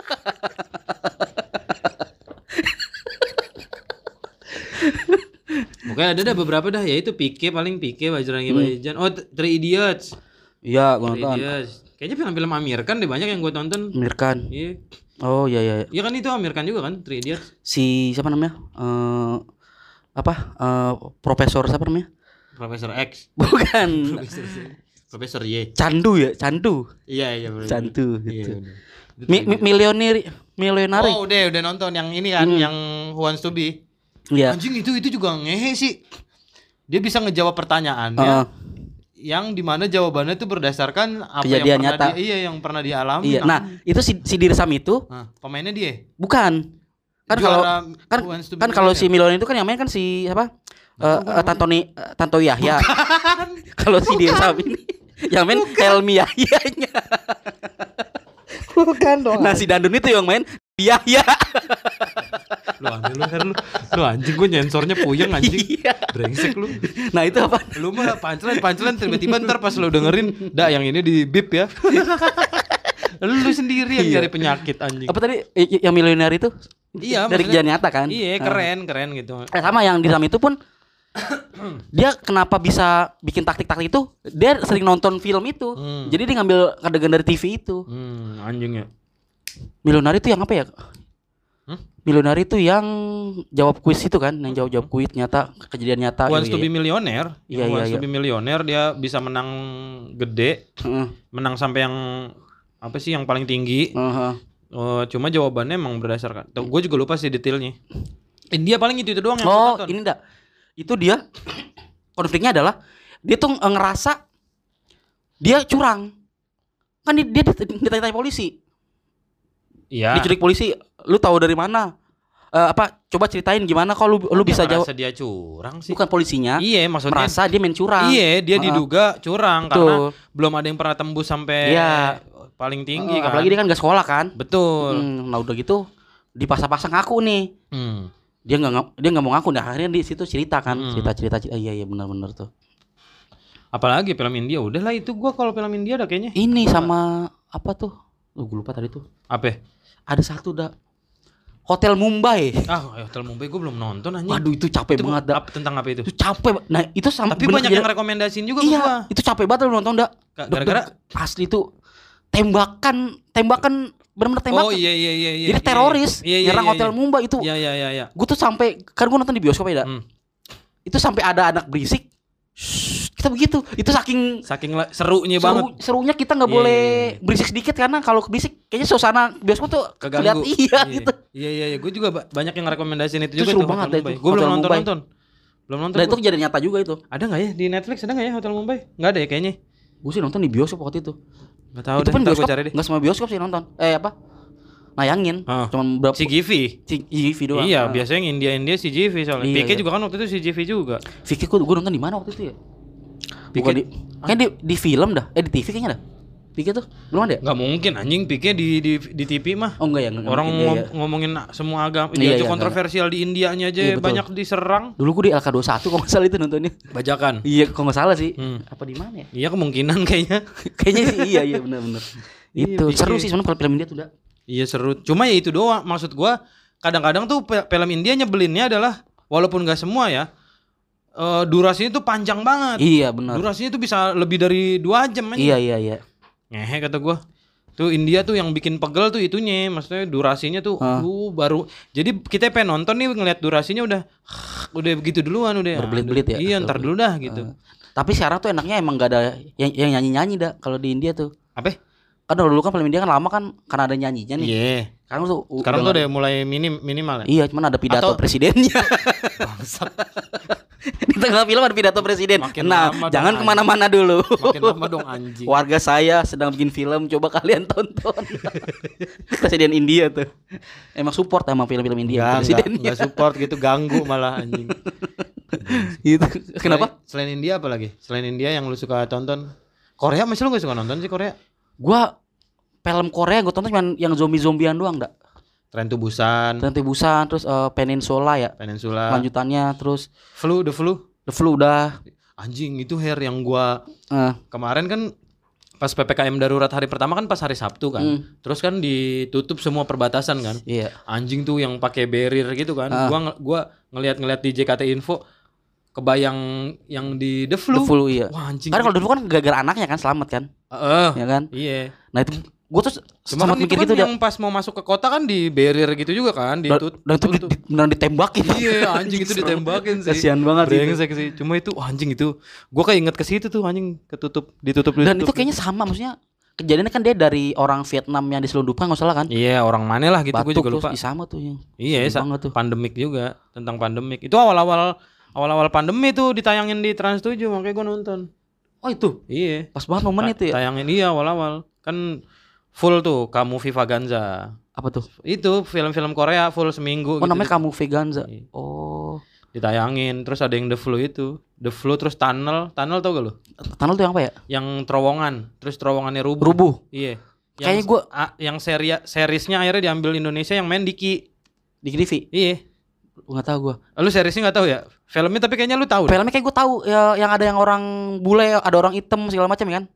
Mungkin ada beberapa dah, yaitu paling Pike Bajrangi Bhaijaan. Oh, Three Idiots. Iya, gue nonton. Kayaknya film-film Amir Khan deh banyak yang gue tonton. Amir Khan. Iya. Oh iya. Iya kan itu Amir Khan juga kan, Three Idiots. Si siapa namanya? Profesor siapa namanya? Profesor X. Bukan. Profesor Y. Candu. Iya. Candu gitu. Iya, Milionari. Oh, udah nonton yang ini kan, yang Who Wants to Be. Iya. Anjing itu juga ngehe sih. Dia bisa ngejawab pertanyaannya. Yang dimana jawabannya itu berdasarkan apa kejadian yang pernah nyata. yang pernah dialami. Iya. Nah, itu si Dirsam itu. Pemainnya dia. Bukan. Kan kalau si Milionari itu kan yang main kan si siapa? Tanto Yahya. Kalau si Dirsam ini yang main Helmi Yahyanya. Bukan dong. Nah si Dandun itu yang main Yahya. Lu anjing, gue nyensornya puyeng anjing. Brengsek lu. Nah itu apa? Lu mah pancelan tiba-tiba ntar pas lu dengerin, yang ini di bip ya. Lu sendiri yang nyari penyakit anjing. Apa tadi yang milioner itu? Iya, dari kejadian nyata kan? Iya, keren gitu. Sama yang di dalam itu pun dia kenapa bisa bikin taktik-taktik itu? Dia sering nonton film itu. Jadi dia ngambil adegan dari TV itu. Anjingnya. Milioner itu yang apa ya? Miliuner itu yang jawab kuis itu kan, yang jawab kuis nyata, kejadian nyata. Wants to be millionaire. Iya, Wants to be millionaire, dia bisa menang gede, menang sampai yang apa sih yang paling tinggi. Cuma jawabannya emang berdasarkan. Gue juga lupa sih detailnya. Dia paling itu doang yang nonton. Ini enggak. Itu dia konfliknya adalah dia tuh ngerasa dia curang. Kan dia ditanya polisi. Iya. Diculik polisi, lu tahu dari mana? Coba ceritain gimana kok lu bisa jawab. Merasa dia curang sih. Bukan polisinya. Iya, maksudnya merasa dia main curang. Iya, dia diduga curang karena belum ada yang pernah tembus sampai paling tinggi kan. Apalagi dia kan gak sekolah kan. Betul. Nah udah gitu dipaksa-paksa ngaku nih. Dia nggak mau ngaku. Nah akhirnya di situ cerita kan, cerita. Iya benar tuh. Apalagi film India, udahlah itu gua kalau film India ada kayaknya. Ini sama apa tuh? Gue lupa tadi tuh. Apa? Ada satu Hotel Mumbai. Hotel Mumbai gue belum nonton anjing. Waduh itu capek banget tentang apa itu? Itu capek. Nah itu tapi banyak yang rekomendasiin juga iya, gua. Itu capek banget lu nonton Gara-gara asli itu tembakan benar-benar tembakan. Oh iya. Jadi teroris nyerang Hotel Mumbai itu. Iya. Gue tuh sampai kan gue nonton di bioskop ya. Itu sampai ada anak berisik. Kita begitu. Itu saking serunya banget. Serunya kita nggak boleh berisik sedikit karena kalau berisik kayaknya suasana bioskop tuh keganggu. Gitu. Iya. Gue juga banyak yang rekomendasiin itu juga seru banget itu. Gue belum nonton. Dan itu kejadian nyata juga itu. Ada nggak ya di Netflix, ada nggak ya Hotel Mumbai? Nggak ada ya kayaknya. Gue sih nonton di bioskop waktu itu. Nggak tahu. Itu pun bioskop. Nggak semua bioskop sih nonton. Nayangin. Cuman berapa? CGV doang. Iya, biasanya yang India CGV soalnya. PK juga kan waktu itu CGV juga. PK gue nonton di mana waktu itu ya? Bukan kayaknya di film dah. Di TV kayaknya dah. PK tuh belum ada. Enggak mungkin anjing PK di TV mah. Oh enggak ya. Orang ngomongin semua agama. Dia aja kontroversial di Indianya aja banyak diserang. Dulu gue di LK21 kalau enggak salah itu nontonnya. Bajakan. Iya, kalau enggak salah sih. Apa di mana ya? Iya kemungkinan kayaknya. Kayaknya sih iya benar. Itu seru sih sebenarnya film India tuh dah. Iya seru. Cuma ya itu doang. Maksud gua kadang-kadang tuh film India nyebelinnya adalah walaupun enggak semua ya. Durasinya tuh panjang banget. Iya benar. Durasinya tuh bisa lebih dari 2 jam aja. Iya. Ngehe kata gua. Tuh India tuh yang bikin pegel tuh itunya, maksudnya durasinya tuh baru. Jadi kita pengen nonton nih ngelihat durasinya udah begitu duluan udah. Berbelit-belit ya. Iya, ntar dulu dah gitu. Tapi sekarang tuh enaknya emang gak ada yang nyanyi-nyanyi dah kalau di India tuh. Apa? Kan dulu kan film India kan lama kan karena ada nyanyinya nih. Iya. Sekarang tuh udah mulai minimal ya. Iya, cuman ada pidato presidennya. Di tengah film ada pidato presiden. Jangan kemana-mana dulu. Makin lama dong anjing. Warga saya sedang bikin film, coba kalian tonton. Presiden India tuh. Emang support sama film-film India presidennya. Enggak support gitu, ganggu malah anjing. Gitu. Kenapa? Selain India apa lagi? Selain India yang lu suka tonton? Korea masih lu gak suka nonton sih Korea? Gua film Korea gue tonton cuma yang zombie-zombian doang dak. Train to Busan terus Peninsula ya. Lanjutannya terus The Flu udah. Anjing itu yang gua kemarin kan pas PPKM darurat hari pertama kan pas hari Sabtu kan. Terus kan ditutup semua perbatasan kan. Iya. Anjing tuh yang pakai barrier gitu kan. Gua ngeliat di JKT Info kebayang yang di The Flu iya. Wah anjing. Karena kalau The Flu kan gara-gara anaknya kan selamat kan. Ya kan? Iya. Nah itu gue tuh sempat mikir gitu yang pas mau masuk ke kota kan di barrier gitu juga kan, dan itu beneran ditembakin. Iya anjing itu ditembakin sih. Kasian banget sih. Cuma itu anjing itu gue kayak inget ke situ tuh anjing ditutup. Dan itu kayaknya sama, maksudnya kejadiannya kan dia dari orang Vietnam yang diselundupkan nggak salah kan? Iya orang mana lah gitu, gue juga lupa. Sama tuh yang. Iya tuh. Pandemik juga, tentang pandemik. Itu awal-awal pandemi tuh ditayangin di Trans 7 makanya gue nonton. Oh itu? Iya. Pas banget momen itu ya. Tayangin awal-awal kan. Full tuh Kamu Vivaganza. Apa tuh? Itu film-film Korea full seminggu. Oh gitu. Namanya Kamu Vivaganza. Oh. Ditayangin. Terus ada yang The Flu itu. The Flu terus Tunnel tau gak lu? Tunnel tuh yang apa ya? Yang terowongan. Terus terowongannya rubuh. Rubuh? Iya. Kayaknya gue yang seriesnya akhirnya diambil Indonesia yang main Diki TV. Iya. Gak tahu gue. Lu seriesnya gak tahu ya? Filmnya tapi kayaknya lu tahu. Filmnya kayak gue tahu ya, yang ada yang orang bule, ada orang hitam segala macam kan?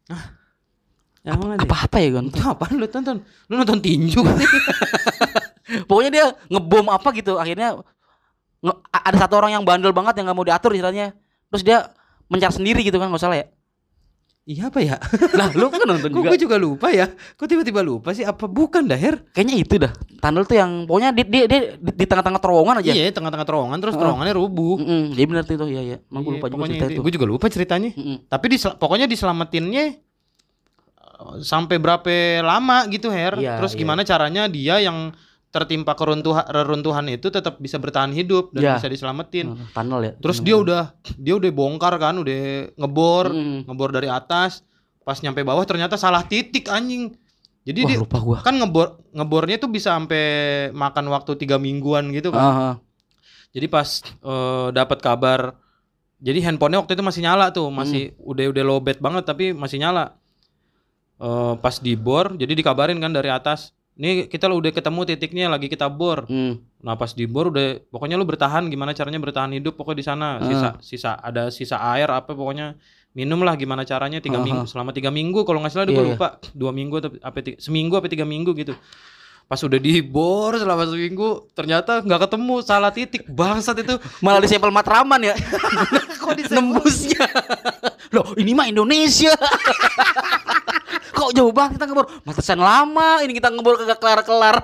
Apa ya kan? Apaan lu tonton? Lu nonton tinju kan? Pokoknya dia ngebom apa gitu. Akhirnya ada satu orang yang bandel banget yang gak mau diatur istilahnya. Terus dia mencar sendiri gitu kan, gak salah ya? Iya apa ya? Lah lu kan nonton juga. Gue juga lupa ya. Kok tiba-tiba lupa sih? Apa bukan dah Her? Kayaknya itu dah. Tunnel tuh yang pokoknya dia di tengah-tengah terowongan aja. Iya, tengah-tengah terowongan terus terowongannya rubuh. Iya benar tuh itu. Iya. Emang gue lupa juga cerita itu. Gue juga lupa ceritanya. Tapi pokoknya diselamatinnya sampai berapa lama gitu, Her. Iya, terus gimana caranya dia yang tertimpa reruntuhan itu tetap bisa bertahan hidup dan bisa diselamatin. Tunnel ya. Terus dia udah bongkar kan, udah ngebor dari atas. Pas nyampe bawah ternyata salah titik anjing. Jadi dia lupa gua. Kan ngebornya tuh bisa sampai makan waktu 3 mingguan gitu kan. Jadi pas dapat kabar, jadi handphonenya waktu itu masih nyala tuh, masih udah lowbat banget tapi masih nyala. Pas dibor, jadi dikabarin kan dari atas, nih kita udah ketemu titiknya, lagi kita bor. Nah pas dibor udah, pokoknya lu bertahan, gimana caranya bertahan hidup pokoknya di sana. Ada sisa air apa pokoknya minum lah gimana caranya 3 minggu, selama 3 minggu kalau nggak salah, gue lupa 2 minggu atau seminggu apa 3 minggu gitu. Pas udah dibor selama seminggu ternyata nggak ketemu, salah titik, bangsat itu. Malah di Sepel Matraman ya. Kok nembusnya? Loh ini mah Indonesia. Kok jauh banget kita ngebor? Pantesan lama ini kita ngebor kagak kelar-kelar.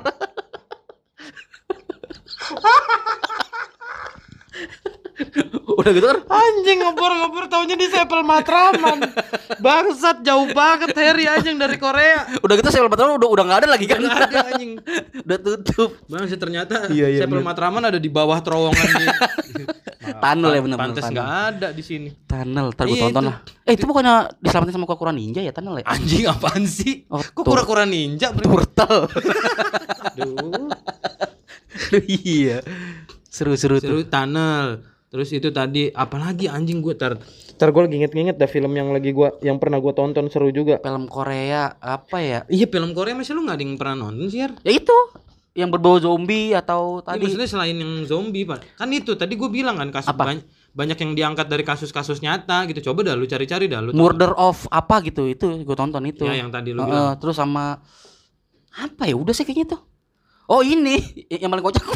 Udah gitu kan? Anjing ngebor taunya di Sepel Matraman. Bangsat, jauh banget Harry anjing dari Korea. Udah gitu Sepel Matraman udah enggak ada lagi kan? Enggak ada anjing. Udah tutup. Bangsat, ternyata Sepel Matraman ada di bawah terowongan nih. Tunnel ya benar. Pantes enggak ada di sini. Tunnel, ntar gue tonton lah. Itu bukannya diselamatin sama kura-kura ninja ya Tunnel ya? Anjing apaan sih? Kok kura-kura ninja? Turtle. Aduh. Iya. Seru Tunnel. Terus itu tadi apalagi anjing, gue tar gue lagi inget dah film yang pernah gue tonton seru juga. Film Korea apa ya? Iya film Korea, masih lu nggak ada yang pernah nonton sih ya? Ya itu yang berbau zombie atau tadi? Maksudnya selain yang zombie Pak, kan itu tadi gue bilang kan kasus banyak yang diangkat dari kasus-kasus nyata gitu. Coba dah lu cari-cari dah lu. Murder of apa gitu, itu gue tonton itu. Ya yang tadi lu bilang. Terus sama apa ya? Udah sih kayaknya tuh. Oh ini yang paling kocak.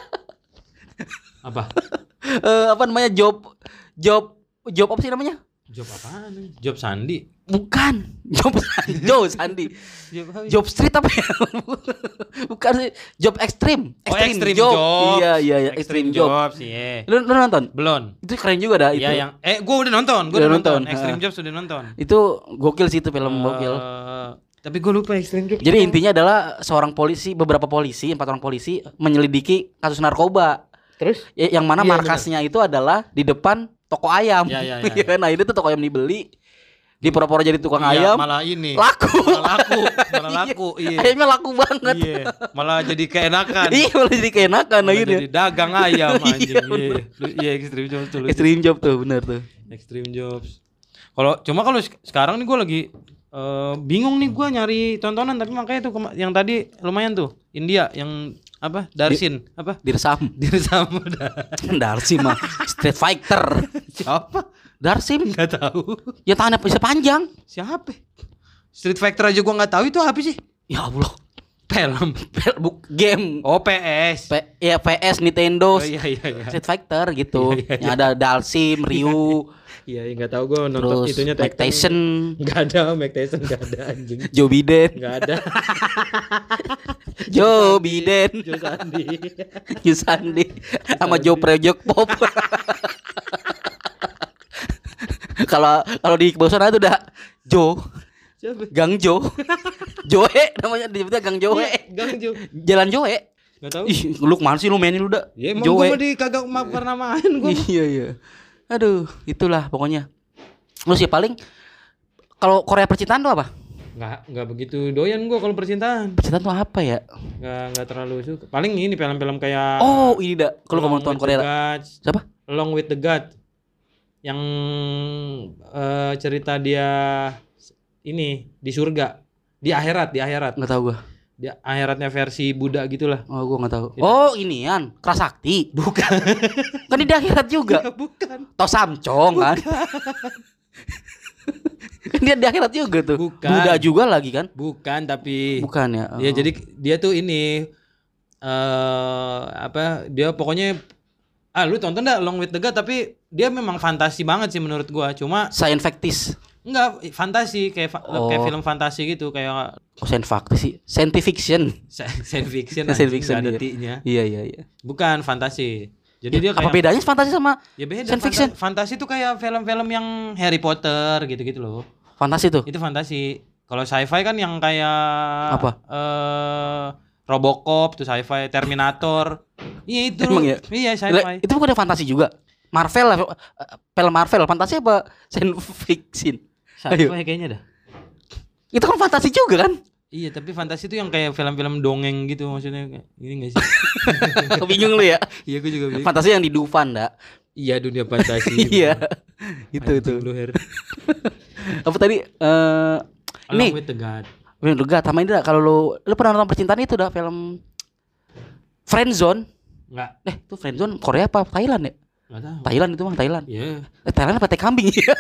Apa? Apa namanya job apa sih namanya? Job apaan? Job Sandi? Bukan. Job Sandi. Job Street apa ya? Bukan sih. Job Extreme. Extreme Job. Iya, Extreme Job sih. Yeah. Lu nonton? Belum. Itu keren juga dah itu. Iya yang gue udah nonton. Extreme Job sudah nonton. Itu gokil sih itu film gokil. Tapi gue lupa Extreme Job. Jadi intinya adalah beberapa polisi, 4 orang polisi menyelidiki kasus narkoba. Terus? Yang mana markasnya itu adalah di depan toko ayam. Iya. Nah ini tuh toko ayam dibeli, di pura-pura jadi tukang ayam. Malah ini. Malah laku. Iya. Ayamnya laku banget. Iya. Malah jadi keenakan. Malah jadi keenakan akhirnya. Jadi dagang ayam anjing. Iya, Extreme Job tuh. Extreme Job tuh benar tuh. Extreme Jobs. Kalau sekarang nih gue lagi bingung nih gue nyari tontonan, tapi makanya tuh yang tadi lumayan tuh India yang apa Darsin Dirsam Darsim mah Street Fighter. Siapa Darsim? Nggak tahu. Ya tangannya bisa panjang. Siapa? Street Fighter aja gue nggak tahu itu apa sih. Ya Allah. Film game. Oh PS. PS Nintendo. Oh, iya. Street Fighter gitu. Iya. Yang ada Dalsim, Ryu. Iya, nggak tau gue nonton. Terus itunya Mike Tyson. Nggak ada Mike Tyson, nggak ada anjing. Joe Biden. Nggak ada. Joe Biden. Joe Sandi. Sama Joe Project Pop. Kalau di Bosan itu udah Joe. Siapa? Gang Joe. Joe namanya, disebutnya Gang Joe. Gang Joe. Jalan Joe. Nggak tahu. Ih, lu kemana sih lu mainin lu dah? Ya emang gue kagak pernah main gue. Iya. Aduh, itulah pokoknya. Terus ya paling kalau Korea percintaan tuh apa? Nggak begitu doyan gue kalau percintaan. Percintaan tuh apa ya? Nggak terlalu suka. Paling ini film-film kayak ini dah. Kalau kamu nonton Korea. Siapa? Along with the God. Yang cerita dia ini di surga, di akhirat. Nggak tahu gue. Di akhiratnya versi Buddha gitulah. Oh, gue nggak tahu. Oh, inian Kerasakti. Bukan. Kan di akhirat juga. Ya, bukan. Tosamcong kan. Kan dia di akhirat juga tuh. Bukan. Buddha juga lagi kan? Bukan, tapi bukan ya. Ya jadi dia tuh ini dia pokoknya lu tonton dah Along with the God, tapi dia memang fantasi banget sih menurut gua. Cuma science factis. Enggak, fantasi kayak film fantasi gitu kayak science fiction. Science fiction Ada T-nya. Iya. Bukan fantasi. Jadi ya, dia kayak apa bedanya fantasi sama beda, science fiction? Fantasi tuh kayak film-film yang Harry Potter gitu-gitu loh. Fantasi tuh. Itu fantasi. Kalau sci-fi kan yang kayak apa? Robocop tuh sci-fi, Terminator. Iya itu. Emang ya? Iya sci-fi. Itu bukan fantasi juga. Marvel lah, film Marvel, fantasi apa science fiction? Sci-fi kayaknya dah. Itu kan fantasi juga kan? Iya, tapi fantasi itu yang kayak film-film dongeng gitu maksudnya. Ini enggak sih? Bingung lu ya? Iya, gue juga bingung. Fantasi yang di Dufan, dak. Iya, dunia fantasi. Iya. Itu. Lu Her. Apa tadi? Ini. Film Degat sama ini dak. Kalau lu pernah nonton Percintaan itu dak, film Friendzone? Enggak. Itu Friendzone Korea apa Thailand ya? Enggak tahu. Thailand itu mah Thailand. Iya. Thailand apa teh kambing ya?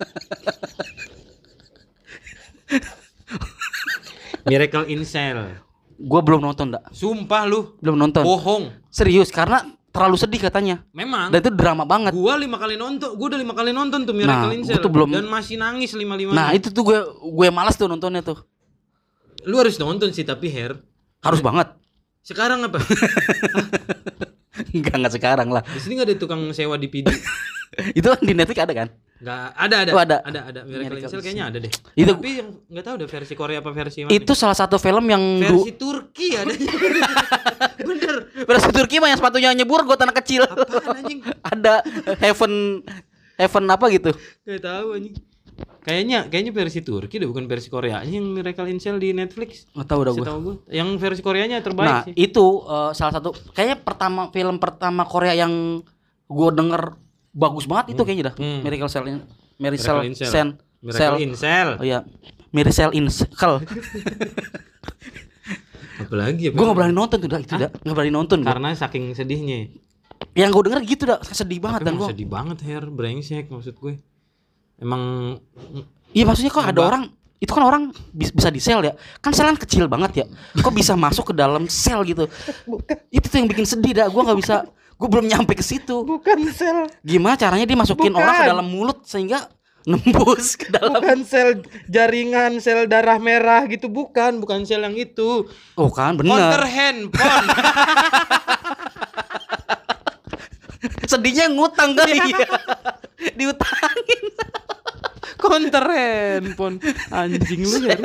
Miracle in Cell. Gua belum nonton, dak. Sumpah lu. Belum nonton. Bohong. Serius, karena terlalu sedih katanya. Memang. Dan itu drama banget. Gua udah 5 kali nonton tuh Miracle in Cell. Dan masih nangis 5-5. Nah, itu tuh gue malas tuh nontonnya tuh. Lu harus nonton sih tapi harus banget. Sekarang apa? Enggak sekarang lah. Di sini enggak ada tukang sewa DVD. Itu kan di Netflix ada kan? Enggak, ada. Oh, ada. Miracle in Cell kayaknya ada deh. Itu, tapi yang enggak tahu udah versi Korea apa versi mana. Itu salah satu film yang versi Turki ada. Bener. Versi Turki mah yang sepatunya nyebur got anak kecil. Apaan anjing? Ada Heaven apa gitu. Enggak tahu anjing. Kayaknya versi Turki deh, bukan versi Korea. Yang Miracle in Cell di Netflix. Enggak tahu dah gue. Yang versi Koreanya terbaik sih. Nah, itu salah satu kayaknya film pertama Korea yang gue denger bagus banget itu kayaknya dah. Miracle in Cell. Oh iya. Miracle in Cell. Apalagi ya? Gue enggak berani nonton tuh dah itu dah. Enggak berani nonton karena saking sedihnya. Yang gue denger gitu dah, sedih banget. Dan gue sedih banget brengsek maksud gue. Emang iya maksudnya kok ada orang itu kan orang bisa di sel ya kan selan kecil banget ya kok bisa masuk ke dalam sel gitu. Itu tuh yang bikin sedih dah. Gue belum nyampe ke situ. Bukan sel. Gimana caranya dia masukin orang ke dalam mulut sehingga nembus ke dalam. Bukan sel jaringan, sel darah merah gitu, bukan sel yang itu. Oh kan bener. Counter handphone. Sedihnya ngutang kali ya. Diutangin. Counter handphone. Anjing lu ya.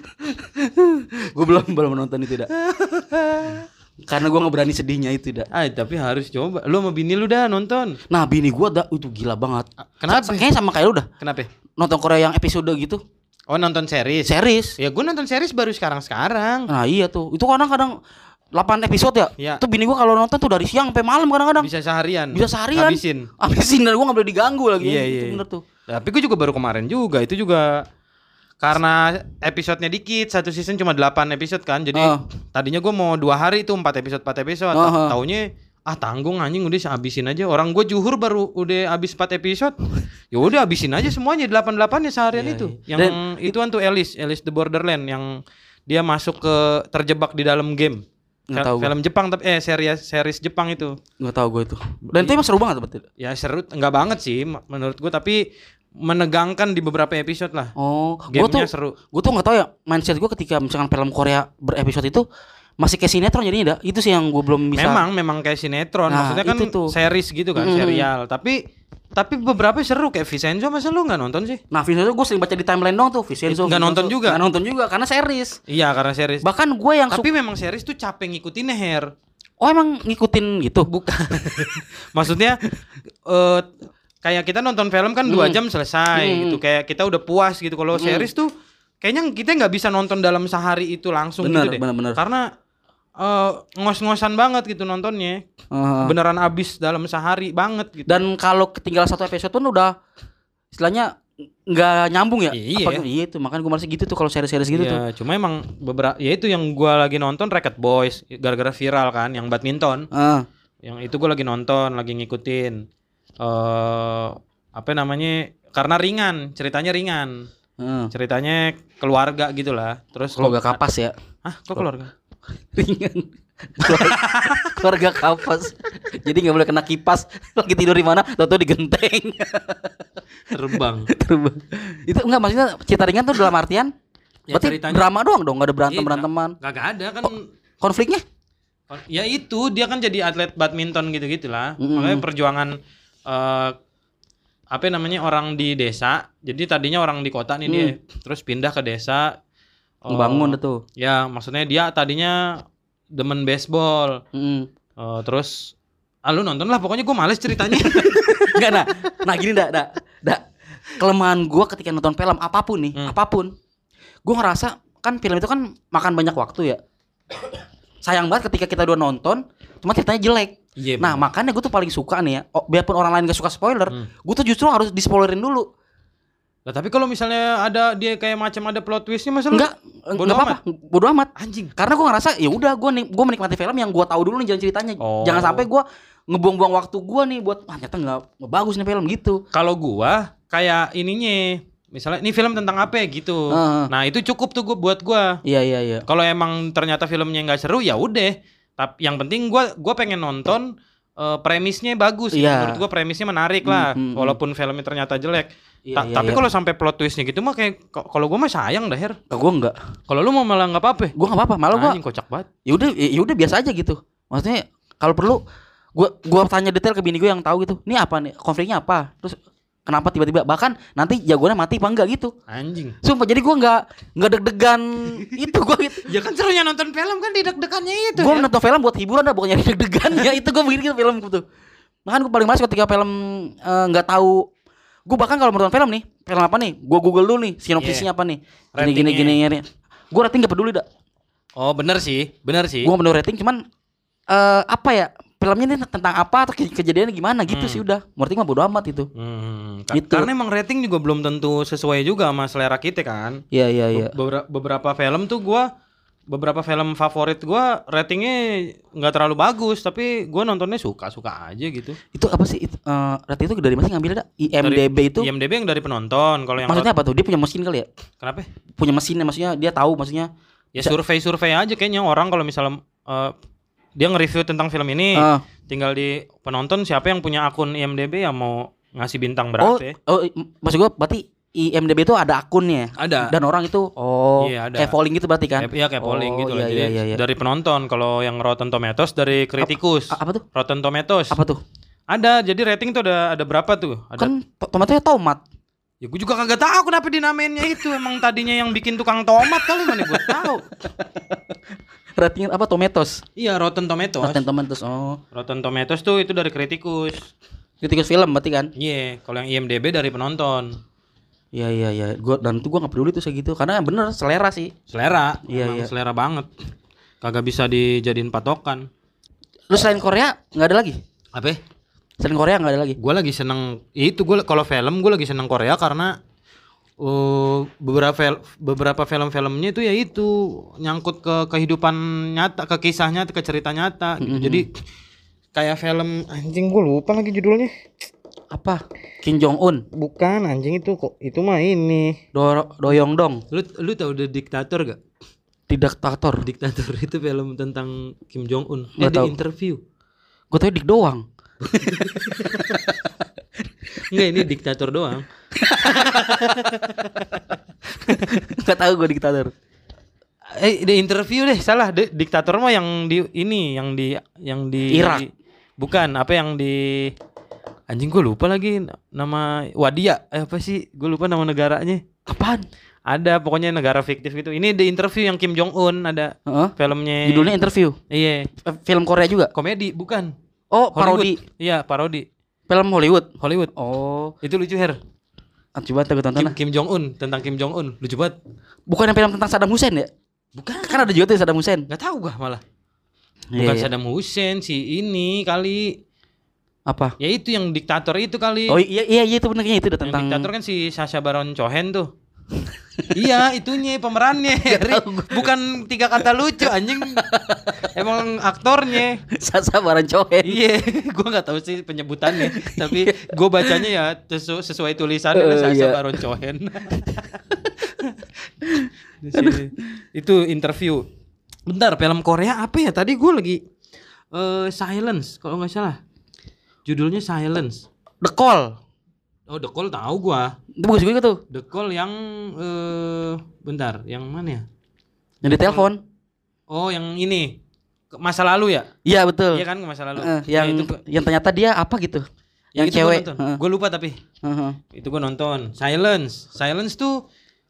Gue belum nonton itu dah. Karena gue gak berani sedihnya itu dah. Tapi harus coba. Lu sama bini lu dah nonton. Nah bini gue dah itu gila banget. Kenapa? Kayaknya sama kayak lu dah. Kenapa? Nonton Korea yang episode gitu. Oh nonton series. Ya gue nonton series baru sekarang. Nah iya tuh. Itu kadang-kadang 8 episode ya. Tuh bini gue kalau nonton tuh dari siang sampai malam kadang-kadang. Bisa seharian. Habisin dan gue gak boleh diganggu lagi. Iya. Itu bener tuh. Tapi gue juga baru kemarin juga. Itu juga karena episodenya dikit. Satu season cuma 8 episode kan. Jadi tadinya gue mau 2 hari tuh 4 episode. Taunya tanggung anjing udah habisin aja. Orang gue Juhur baru udah habis 4 episode. Ya udah habisin aja semuanya 8-8 ya seharian itu. Yang ituan tuh Alice the Borderland yang dia masuk ke terjebak di dalam game. Film Jepang tapi series Jepang itu. Enggak tahu gue itu. Dan itu emang seru banget berarti. Ya seru enggak banget sih menurut gue tapi menegangkan di beberapa episode lah. Gamenya seru. Gue tuh enggak tahu ya mindset gue ketika misalkan film Korea berepisode itu masih kayak sinetron jadinya dah. Itu sih yang gue belum bisa. Memang kayak sinetron. Maksudnya kan series gitu kan, serial. Tapi beberapa seru kayak Vincenzo, masa lu gak nonton sih? Nah Vincenzo gue sering baca di timeline dong tuh Vincenzo. Gak nonton juga karena series. Iya karena series. Bahkan gue yang tapi memang series tuh capek ngikutinnya Her. Oh emang ngikutin gitu? Bukan. Maksudnya kayak kita nonton film kan 2 jam selesai gitu. Kayak kita udah puas gitu. Kalau series tuh kayaknya kita gak bisa nonton dalam sehari itu langsung gitu deh. Bener. Karena ngos-ngosan banget gitu nontonnya. Beneran abis dalam sehari banget gitu. Dan kalau ketinggalan 1 episode pun udah istilahnya nggak nyambung ya. Iya itu makanya gue malas gitu tuh kalau series-series gitu tuh. Cuma emang beberapa ya itu yang gue lagi nonton Racket Boys gara-gara viral kan yang badminton. Yang itu gue lagi nonton, lagi ngikutin. Apa namanya? Karena ceritanya ringan. Ceritanya keluarga gitulah. Terus keluarga kapas ya. Kok keluarga? Ringan. Keluarga kapas. Jadi nggak boleh kena kipas. Lagi tidur di mana? Tahu-tahu digenteng. Terbang. Itu enggak maksudnya cerita ringan tuh dalam artian Ya, berarti ceritanya, drama doang dong, enggak ada beranteman. Gak ada kan. Konfliknya? Ya itu dia kan jadi atlet badminton gitu-gitulah. Makanya perjuangan apa namanya orang di desa. Jadi tadinya orang di kota nih dia, terus pindah ke desa. Ngebangun itu. Ya maksudnya dia tadinya demen baseball. Terus lu nonton lah, pokoknya gue males ceritanya. Enggak, nah gini dah. Kelemahan gue ketika nonton film apapun nih, apapun, gue ngerasa kan film itu kan makan banyak waktu ya. Sayang banget ketika kita udah nonton, cuma ceritanya jelek. Nah makanya gue tuh paling suka nih ya, biarpun orang lain gak suka spoiler, gue tuh justru harus di-spoilerin dulu. Nah, tapi kalau misalnya ada dia kayak macam ada plot twistnya, masalah enggak apa-apa, bodo amat. Anjing. Karena gue ngerasa ya udah gue menikmati film yang gue tahu dulu nih jalan ceritanya. Jangan sampai gue ngebuang-buang waktu gue nih buat ternyata nggak bagus nih film gitu. Kalau gue kayak ininya, misalnya ini film tentang apa gitu. Nah itu cukup tuh buat gue. Iya. Kalau emang ternyata filmnya nggak seru ya udah. Tapi yang penting gue pengen nonton premisnya bagus. Menurut gue premisnya menarik lah. Walaupun filmnya ternyata jelek. Tapi kalau sampai plot twistnya gitu mah kayak kalau gue mah sayang dah Her. Gue enggak. Kalau lu mau malah nggak apa-apa. Gue nggak apa-apa. Malah gue kocak banget. Ya udah biasa aja gitu. Maksudnya kalau perlu gue tanya detail ke bini gue yang tahu gitu. Ini apa nih? Konfliknya apa? Terus kenapa tiba-tiba bahkan nanti jagoannya mati apa enggak gitu. Anjing. Sumpah jadi gue enggak deg-degan itu gue gitu. Ya kan serunya nonton film kan di deg-degannya itu. Gue nonton film buat hiburan dah, bukan nyari deg-degannya. Itu gue begini gitu film gitu. Bahkan gue paling males ketika film enggak tahu. Gue bahkan kalau nonton film nih, film apa nih? Gue Google dulu nih sinopsisnya apa nih. Gini. Gue rating enggak peduli dah. Oh, bener sih. Gue enggak peduli rating, cuman apa ya? Filmnya ini tentang apa atau kejadiannya gimana gitu sih udah. Rating mah bodo amat itu. Gitu. Karena emang rating juga belum tentu sesuai juga sama selera kita kan. Iya. Beberapa film tuh beberapa film favorit gue ratingnya nggak terlalu bagus, tapi gue nontonnya suka aja gitu. Itu apa sih? Rating itu dari mana sih ngambilnya? IMDb itu? IMDb yang dari penonton. Kalau yang maksudnya apa tuh? Dia punya mesin kali ya? Kenapa? Punya mesinnya, maksudnya dia tahu maksudnya. Ya survei aja kayaknya orang kalau misalnya dia nge-review tentang film ini, tinggal di penonton siapa yang punya akun IMDb yang mau ngasih bintang berapa. Maksud gue berarti IMDb itu ada akunnya. Ada. Dan orang itu iya, ada. Kayak polling gitu berarti kan? Iya kayak polling gitu lah. Iya, Jadi iya. dari penonton. Kalau yang Rotten Tomatoes dari kritikus. Apa tuh? Rotten Tomatoes. Apa tuh? Ada. Jadi rating tuh ada berapa tuh? Ada. Kan tomatnya tomat. Ya gue juga kagak tahu kenapa dinamainnya itu. Emang tadinya yang bikin tukang tomat kali, mana gue tahu. Ratingnya apa? Tomatoes. Iya, Rotten Tomatoes. Rotten Tomatoes. Rotten Tomatoes tuh itu dari kritikus. Kritikus film berarti kan? Iya, kalau yang IMDb dari penonton. Iya. Dan itu gue nggak peduli tuh segitu, karena bener selera sih. Selera. Iya. Selera banget. Kagak bisa dijadiin patokan. Lu selain Korea nggak ada lagi? Apa? Selain Korea nggak ada lagi? Gue lagi seneng itu, gue kalau film gue lagi seneng Korea karena beberapa film-filmnya itu ya itu nyangkut ke kehidupan nyata, ke kisah nyata, ke cerita nyata gitu. Jadi kayak film anjing gue lupa lagi judulnya. Apa? Kim Jong Un? Bukan anjing itu kok. Itu mah ini. Doyong Dong. Lu tahu The Dictator gak? Diktator itu film tentang Kim Jong Un. The Interview. Gue tahu Dik doang. Enggak, ini Diktator doang. Gak tahu gue Diktator. The Interview deh, salah. Diktator mah yang di ini, yang di Irak. Bukan, apa yang di anjing gue lupa lagi nama Wadia. Apa sih? Gue lupa nama negaranya. Apaan? Ada pokoknya negara fiktif gitu. Ini The Interview yang Kim Jong Un ada. Filmnya. Judulnya Interview. Iya. Film Korea juga? Komedi, bukan. Oh, parodi. Iya, parodi. Film Hollywood. Oh, itu lucu Her. Coba gue tonton. Kim Jong Un, tentang Kim Jong Un, lucu banget. Bukan yang film tentang Saddam Hussein ya? Bukan. Kan ada juga tuh Saddam Hussein. Gak tahu gua malah. Bukan Saddam Hussein si ini kali. Apa? Ya itu yang diktator itu kali. Oh iya itu bener kayaknya itu tentang. Yang diktator kan si Sacha Baron Cohen tuh. Iya, itunya pemerannya. Bukan 3 kata lucu anjing. Emang aktornya Sacha Baron Cohen. Iya, gua enggak tahu sih penyebutannya, tapi gua bacanya ya sesuai tulisannya Sacha Baron Cohen. Di sini. Itu Interview. Bentar, film Korea apa ya? Tadi gua lagi Silence kalau enggak salah. Judulnya Silence. The Call. Oh, The Call tahu gua. Itu bagus juga tuh. The Call yang bentar, yang mana ya? Yang di telepon. Oh, yang ini. Masa lalu ya? Iya betul. Iya kan, masa lalu. Yang ternyata dia apa gitu. Yang cewek. Gue lupa tapi. Itu gue nonton. Silence tuh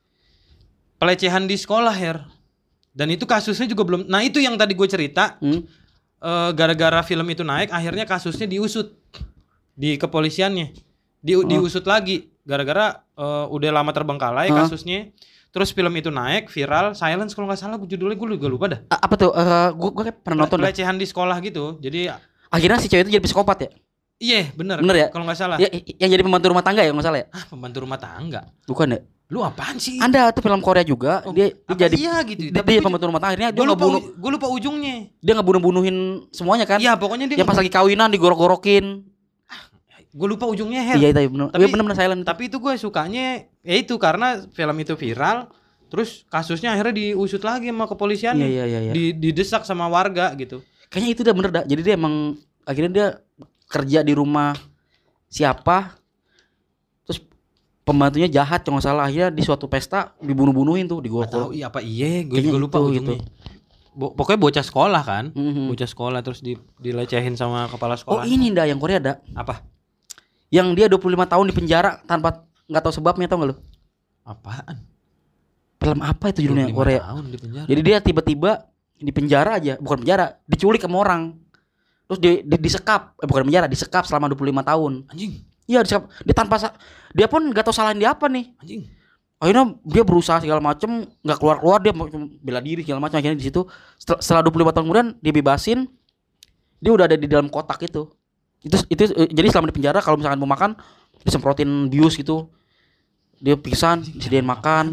pelecehan di sekolah, Her. Dan itu kasusnya juga belum. Nah, itu yang tadi gue cerita. Gara-gara film itu naik, akhirnya kasusnya diusut di kepolisiannya. Diusut lagi gara-gara udah lama terbengkalai kasusnya. Terus film itu naik viral. Silence kalau nggak salah judulnya gue juga lupa dah. Apa tuh? Gue kayak pernah nonton. Pelecehan di sekolah gitu. Jadi akhirnya si cewek itu jadi psikopat ya? Iya bener ya? Kalau nggak salah ya, yang jadi pembantu rumah tangga ya nggak salah ya? Pembantu rumah tangga? Bukan ya? Lu apaan sih? Ada tuh film Korea juga. Dia jadi gitu. Dia pembantu rumah tangga. Akhirnya dia ngebunuh. Gue lupa ujungnya. Dia ngebunuhin semuanya kan? Iya pokoknya dia. Yang pas lagi kawinan digorok-gorokin. Gue lupa ujungnya, Her. Iya bener. Tapi bener Silent. Tapi itu gue sukanya ya itu karena film itu viral. Terus kasusnya akhirnya diusut lagi sama kepolisian. Iya. Didesak sama warga gitu. Kayaknya itu udah bener dah. Jadi dia emang akhirnya dia kerja di rumah siapa, terus pembantunya jahat kalau nggak salah, akhirnya di suatu pesta dibunuh-bunuhin tuh, digorok. Iya apa iya, gue juga lupa ujungnya. Gitu. Pokoknya bocah sekolah kan, bocah sekolah terus dilecehin sama kepala sekolah. Oh ini ndak yang Korea ada? Apa? Yang dia 25 tahun di penjara tanpa nggak tahu sebabnya, tau nggak lo? Apaan? Film apa itu judulnya Korea? Tahun di penjara. Jadi dia tiba-tiba di penjara aja, bukan penjara, diculik sama orang. Terus disekap, bukan penjara, disekap selama 25 tahun. Anjing. Iya, disekap. Dia pun enggak tahu salahnya dia apa nih. Anjing. Akhirnya dia berusaha segala macem, enggak keluar-keluar, dia bela diri segala macam. Akhirnya di situ setelah 25 tahun kemudian dia bebasin. Dia udah ada di dalam kotak itu. Itu jadi selama di penjara kalau misalkan mau makan disemprotin bius gitu. Dia pingsan, disediain makan.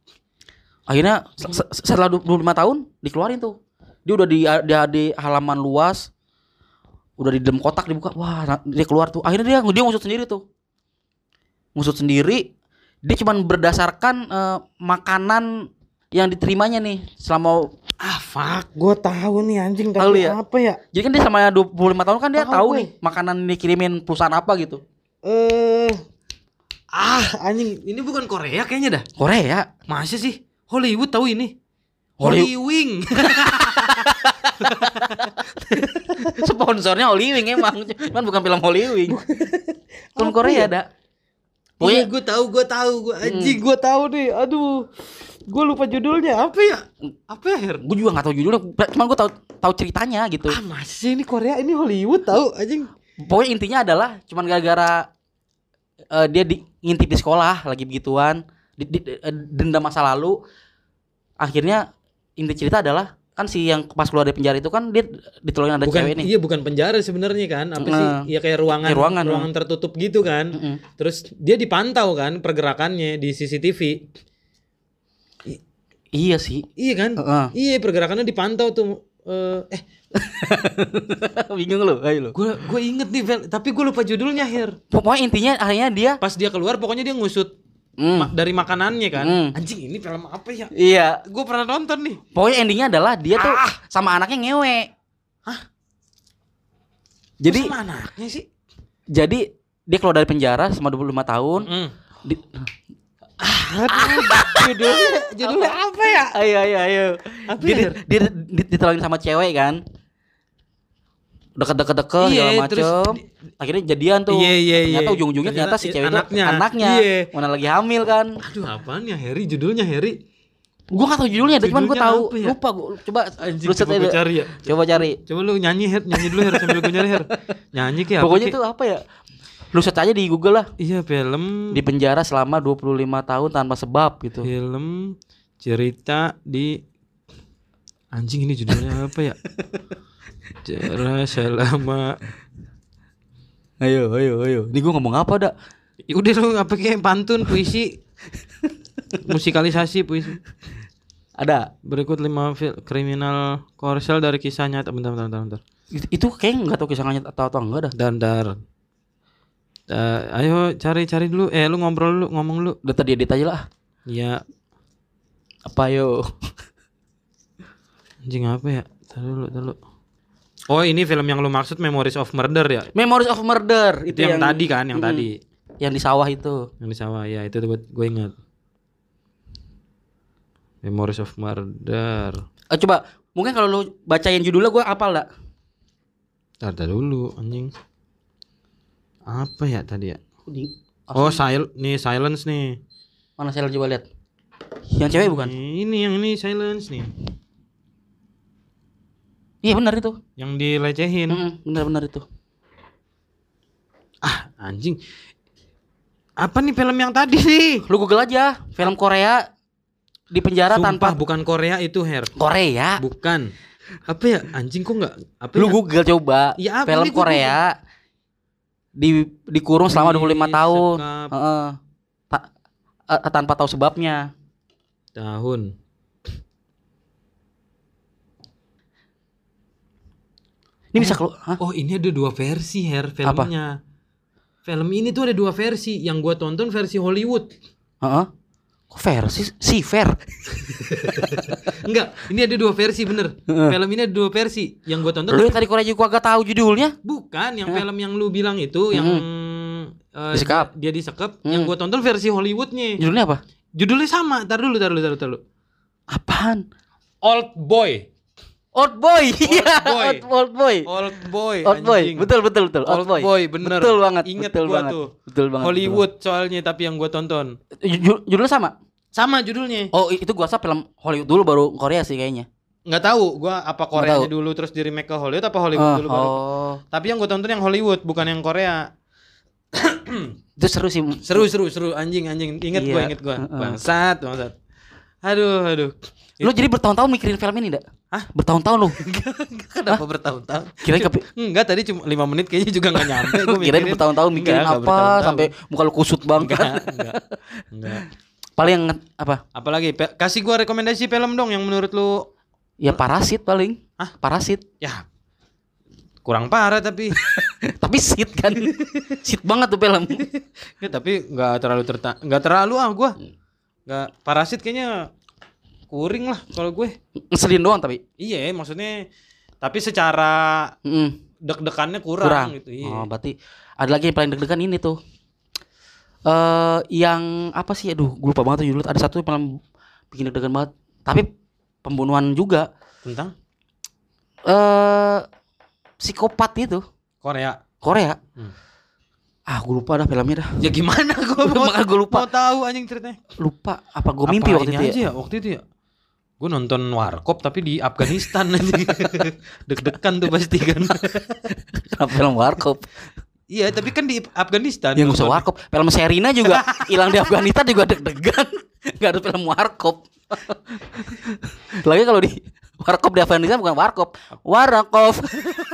Akhirnya setelah 25 tahun dikeluarin tuh. Dia udah di halaman luas. Udah di dalam kotak dibuka, wah dia keluar tuh. Akhirnya dia ngusut sendiri tuh. Ngusut sendiri. Dia cuma berdasarkan makanan yang diterimanya nih selama fuck, gue tahu nih anjing tapi ya? Apa ya? Jadi kan dia sama 25 tahun kan dia tahu nih makanan dikirimin perusahaan apa gitu. Anjing, ini bukan Korea kayaknya dah. Korea? Masa sih? Hollywood tahu ini. Hollywood. Sponsornya Hollywood emang, cuman bukan film Hollywood. Film Korea ada. Iya, gue tahu, anjing gue tahu nih. Aduh, gue lupa judulnya. Apa ya, Her? Gue juga nggak tahu judulnya, cuman gue tahu ceritanya gitu. Masih ini Korea, ini Hollywood tahu, anjing. Pokoknya intinya adalah cuman gara-gara dia ngintip di sekolah lagi begituan, dendam masa lalu. Akhirnya inti cerita adalah kan si yang pas keluar dari penjara itu kan dia ditolongin ada cewek nih. Iya bukan penjara sebenarnya kan. Apa sih? Ya kayak ruangan tertutup gitu kan. Terus dia dipantau kan pergerakannya di CCTV. Iya sih. Iya kan? Iya pergerakannya dipantau tuh. Bingung lo, ayo lo. Gue inget nih, tapi gue lupa judulnya, Her. Pokoknya intinya akhirnya dia pas dia keluar pokoknya dia ngusut dari makanannya kan. Anjing ini film apa ya? Iya. Gue pernah nonton nih. Pokoknya endingnya adalah dia tuh sama anaknya ngewe. Jadi sama anaknya sih. Jadi dia keluar dari penjara selama 25 tahun. Judulnya apa ya? Ayo. Dia ditolongin sama cewek kan. Deket segala macem. Akhirnya jadian tuh. Ternyata ujung-ujungnya ternyata si cewek itu anaknya. Mana lagi hamil kan. Aduh apaan ya Harry, judulnya Harry. Gue gak tau judulnya, cuman gue tahu. Ya? Lupa gue. Coba lu cari ya. Coba cari. Coba lu nyanyi dulu Her sambil gue nyari Her. Nyanyi kayak pokoknya apa? Pokoknya tuh apa ya? Lu search aja di Google lah. Iya, film di penjara selama 25 tahun tanpa sebab gitu. Film cerita di anjing ini judulnya apa ya? Penjara selama. Ayo. Ini gue ngomong apa dak? Ya udah lu apa kayak pantun, puisi. Musikalisasi puisi. Ada. Berikut 5 kriminal korsel dari kisah nyata. Bentar. Itu kayak enggak tahu kisah nyata atau enggak dah. Bentar. Ayo cari dulu. Lu ngomong lu. Udah tadi edit aja lah. Iya. Apa yo? Anjing apa ya? Tar dulu. Oh, ini film yang lu maksud Memories of Murder ya? Memories of Murder itu yang tadi kan, tadi. yang di sawah itu. Yang di sawah ya, itu gue ingat. Memories of Murder. Coba mungkin kalau lu bacain judulnya gue hafal enggak? Tar dulu anjing. Apa ya tadi ya? Silence nih. Mana Silence coba lihat. Yang cewek bukan? Ini yang ini Silence nih. Iya benar itu. Yang dilecehin. Benar itu. Anjing. Apa nih film yang tadi sih? Lu Google aja, film Korea di penjara. Sumpah, tanpa bukan Korea itu, Her. Korea. Bukan. Apa ya? Anjing kok enggak? Apa lu ya? Google coba. Ya, film Korea dikurung selama 25 tahun. Tanpa tahu sebabnya. Tahun. Ini bisa keluar. Oh, ini ada 2 versi, Her, filmnya. Film ini tuh ada 2 versi. Yang gua tonton versi Hollywood. Kok versi? Fair. Enggak, ini ada 2 versi bener. Film ini ada 2 versi. Yang gua tonton. Lu tadi Korea juga gak tahu judulnya? Bukan, yang film yang lu bilang itu yang disekap. Dia disekap. Yang gua tonton versi Hollywoodnya. Judulnya apa? Judulnya sama. Tar dulu. Apaan? Old Boy. Old Boy. Betul. Old Boy, bener. Betul banget. Ingat betul gua banget. tuh. Betul banget. Hollywood soalnya, tapi yang gua tonton. Judulnya sama? Sama judulnya. Oh, itu gua rasa film Hollywood dulu baru Korea sih kayaknya. Nggak tahu gua apa Koreanya dulu terus di remake ke Hollywood apa Hollywood dulu baru. Tapi yang gua tonton yang Hollywood bukan yang Korea. Itu seru sih. Seru anjing. Ingat gua. Bangsat. Aduh. Lu jadi bertahun-tahun mikirin film ini enggak? Hah? Bertahun-tahun lu? Kenapa bertahun-tahun? Enggak, tadi cuma 5 menit kayaknya juga enggak nyampe gua mikirin. Kirain bertahun-tahun mikirin apa sampai muka lu kusut banget. Enggak. Paling yang apa? Apalagi kasih gua rekomendasi film dong yang menurut lu. Ya Parasit paling. Parasit. Ya. Kurang parah tapi. Tapi shit kan. Shit banget tuh film. Ya tapi enggak terlalu gua. Enggak, Parasit kayaknya kuring lah kalau gue. Ngeselin doang tapi. Iya, maksudnya tapi secara deg-degannya kurang gitu. Iya. Oh, berarti ada lagi yang paling deg-degan ini tuh. Yang apa sih? Aduh, gue lupa banget tuh judulnya. Ada satu yang paling bikin deg-degan banget. Tapi pembunuhan juga. Tentang? Psikopat itu. Korea. Gue lupa dah filmnya dah. Ya gimana gue lupa. Mau tahu anjing ceritanya. Lupa. Apa gue mimpi waktu itu ya? Waktu itu ya. Gue nonton Warkop tapi di Afghanistan aja. Deg-degan tuh pasti kan. Kenapa film Warkop? Iya, tapi kan di Afghanistan. Ya nggak usah Warkop. Film Sherina juga hilang di Afghanistan juga deg-degan. Gak ada film Warkop. Lagi kalau di Warkop di Afghanistan bukan Warkop. Warkop.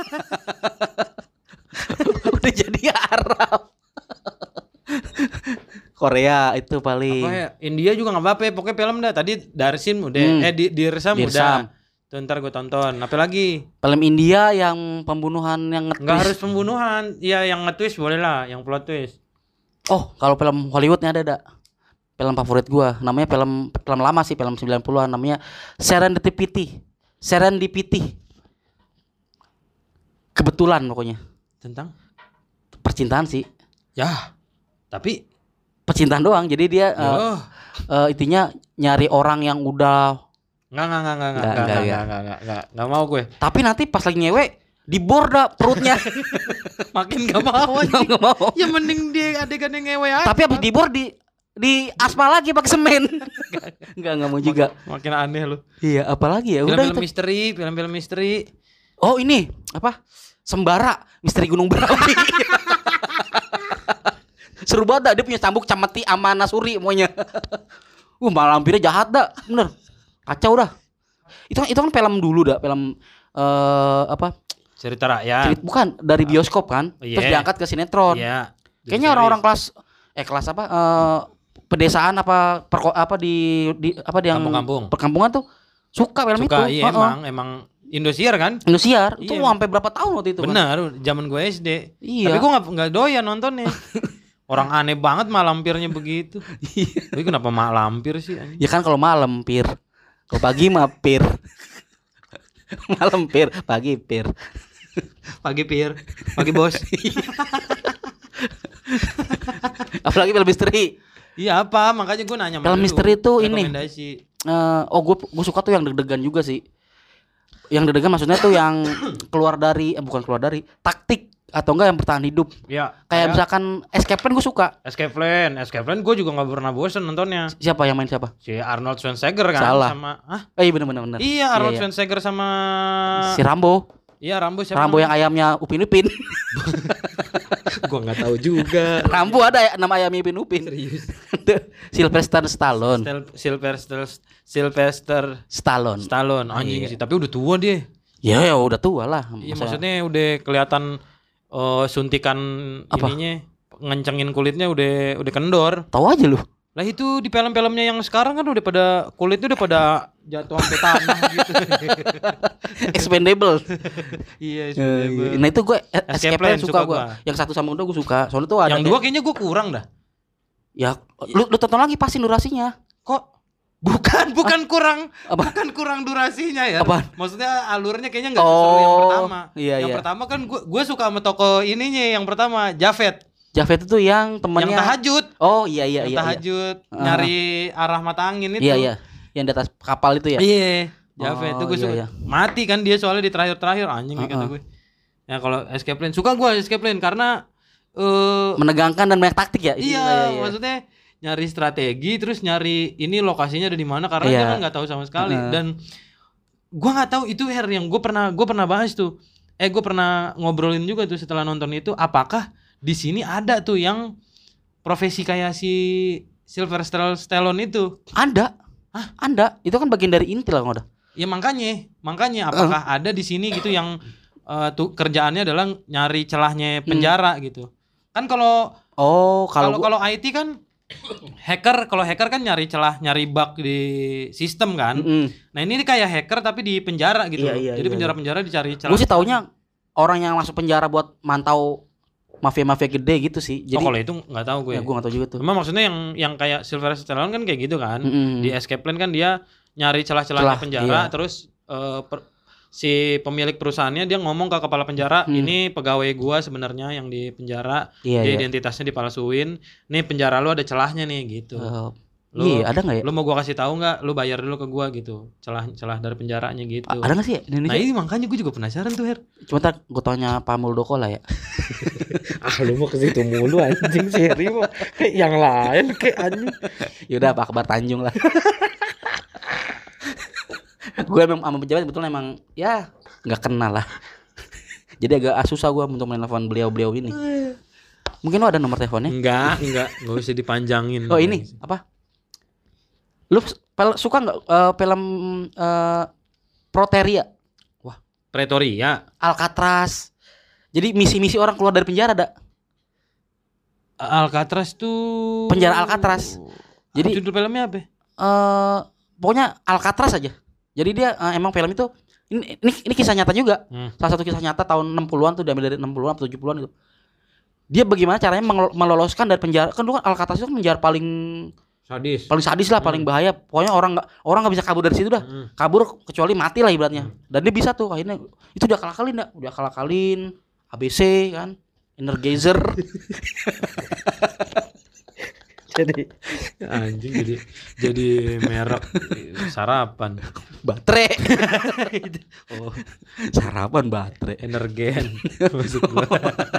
Udah jadi Arab. Korea itu paling. Apa ya? India juga nggak apa-apa. Pokoknya film dah. Tadi Darsin udah. Dirsam udah. Tuh ntar gue tonton. Apa lagi? Film India yang pembunuhan yang nge-twist. Nggak harus pembunuhan. Ya yang nge-twist boleh lah. Yang plot twist. Oh kalau film Hollywoodnya ada. Film favorit gue. Namanya film lama sih. Film 90-an. Namanya Serendipity. Kebetulan pokoknya. Tentang? Percintaan sih. Ya. Tapi percintaan doang. Jadi dia intinya nyari orang yang udah Enggak mau gue. Tapi nanti pas lagi ngewe dibor dah perutnya. Makin gak mau aja. Gak mau. Ya mending dia adegan yang ngewe aja. Tapi abis dibor di aspal lagi pakai semen. Enggak mau juga. Makin aneh lu. Iya, apalagi ya. Film misteri. Oh, ini apa? Sembara, misteri Gunung Berapi. Seru banget dah. Dia punya cambuk Cameti sama Nasuri semuanya. Malampirnya jahat dah. Bener. Kacau dah. Itu kan film dulu dah. Film apa? Cerita rakyat. Bukan dari bioskop kan. Terus diangkat ke sinetron. Kayaknya orang-orang kelas apa? Pedesaan apa di yang perkampungan tuh suka film itu. Iya, emang Indosiar kan? Indosiar. Itu mau sampai berapa tahun waktu itu? Benar, zaman gue SD. Iya. Tapi gue enggak doyan nontonnya. Orang aneh banget malampirnya begitu. Tapi kenapa malampir sih? Ya kan kalau malam pir. Kalau pagi mah pir. Malam pir, pagi pir. Pagi pir. Pagi bos. Apalagi film misteri. Iya apa? Makanya gue nanya film misteri itu ini. Gue suka tuh yang deg-degan juga sih. Yang deg-degan maksudnya tuh yang bukan keluar dari taktik atau enggak yang bertahan hidup. Ya. Kayak misalkan Escape Plan gue suka. Escape Plan gue juga nggak pernah bosen nontonnya. Siapa yang main siapa? Si Arnold Schwarzenegger kan. Salah. Sama iya benar. Iya Arnold Schwarzenegger sama si Rambo. Iya Rambo siapa? Rambo yang ayamnya Upin-Ipin. Gua nggak tahu juga. Rambo ada ya nama ayamnya Upin-Ipin. Serius. Sylvester Stallone. Sylvester Stallone anjing sih, tapi udah tua dia. Ya udah tua lah. Iya maksudnya udah kelihatan suntikan ininya ngencengin kulitnya udah kendor. Tahu aja lu. Lah itu di film-filmnya yang sekarang kan udah pada kulitnya udah pada jatuh sampai tanah gitu. Expendable. Iya, expendable. Nah itu gue Escape Plan suka gue. Yang 1 sama 2 gue suka. Soalnya tuh ada. Yang 2 kayaknya gue kurang dah. Ya, lu tonton lagi pasti durasinya. Kok bukan kurang. Bukan kurang durasinya ya. Apaan? Maksudnya alurnya kayaknya enggak seseru yang pertama. Iya, yang pertama kan gue suka sama toko ininya yang pertama, Javed itu yang temannya yang tahajud. Oh iya. Tahajud nyari arah mata angin itu. Iya. Yang di atas kapal itu ya. Iya. Javed itu gue suka. Mati kan dia soalnya di terakhir anjing kata gue. Ya kalau Escape Plan suka gue Escape Plan karena menegangkan dan banyak taktik ya. Iya. Maksudnya nyari strategi terus nyari ini lokasinya ada di mana karena dia kan nggak tahu sama sekali dan gue nggak tahu itu yang gue pernah bahas tuh. Gue pernah ngobrolin juga tuh setelah nonton itu apakah di sini ada tuh yang profesi kayak si Sylvester Stallone itu. Ada. Ada. Itu kan bagian dari intel kan udah. Ya makanya apakah ada di sini gitu yang tuh kerjaannya adalah nyari celahnya penjara gitu. Kan kalau IT kan kalau hacker kan nyari celah, nyari bug di sistem kan. Nah, ini kayak hacker tapi di penjara gitu. Jadi penjara-penjara dicari celah. Gue sih taunya orang yang masuk penjara buat mantau mafia-mafia gede gitu sih. Jadi kalau itu nggak tahu gue. Ya gue nggak tahu juga tuh. Memang maksudnya yang kayak Sylvester Stallone kan kayak gitu kan. Di Escape Plan kan dia nyari celah-celahnya penjara, terus si pemilik perusahaannya dia ngomong ke kepala penjara, ini pegawai gua sebenarnya yang di penjara, identitasnya dipalsuin. Nih penjara lu ada celahnya nih gitu. Ada nggak ya? Lu mau gua kasih tahu nggak? Lu bayar dulu ke gua gitu. Celah dari penjaranya gitu. Ada nggak sih Indonesia? Nah ini makanya gue juga penasaran tuh Her. Cuma ntar gue tanya Pak Muldoko lah ya. Lu mau ke situ mulu anjing sih mau kayak yang lain kayak anjing. Yaudah Pak Akbar Tanjung lah. Gue emang sama pejabat betul emang ya nggak kenal lah. Jadi agak susah gue untuk menelpon beliau ini. Mungkin lo ada nomor teleponnya? Enggak usah dipanjangin. Oh ini apa? Lu suka nggak film Proteria? Wah, Pretoria, Alcatraz. Jadi misi-misi orang keluar dari penjara ada. Alcatraz tuh penjara Alcatraz. Jadi judul filmnya apa? Pokoknya Alcatraz aja. Jadi dia emang film itu ini kisah nyata juga. Salah satu kisah nyata tahun 60-an tuh diambil dari 60-an atau 70-an gitu. Dia bagaimana caranya meloloskan dari penjara. Kan dulu kan Alcatraz itu kan penjara paling sadis lah, paling bahaya. Pokoknya orang enggak bisa kabur dari situ dah. Kabur kecuali mati lah ibaratnya. Dan dia bisa tuh akhirnya itu udah kalakalin ABC kan, Energizer. Jadi anjing jadi merek sarapan baterai. Sarapan baterai Energen maksud gua.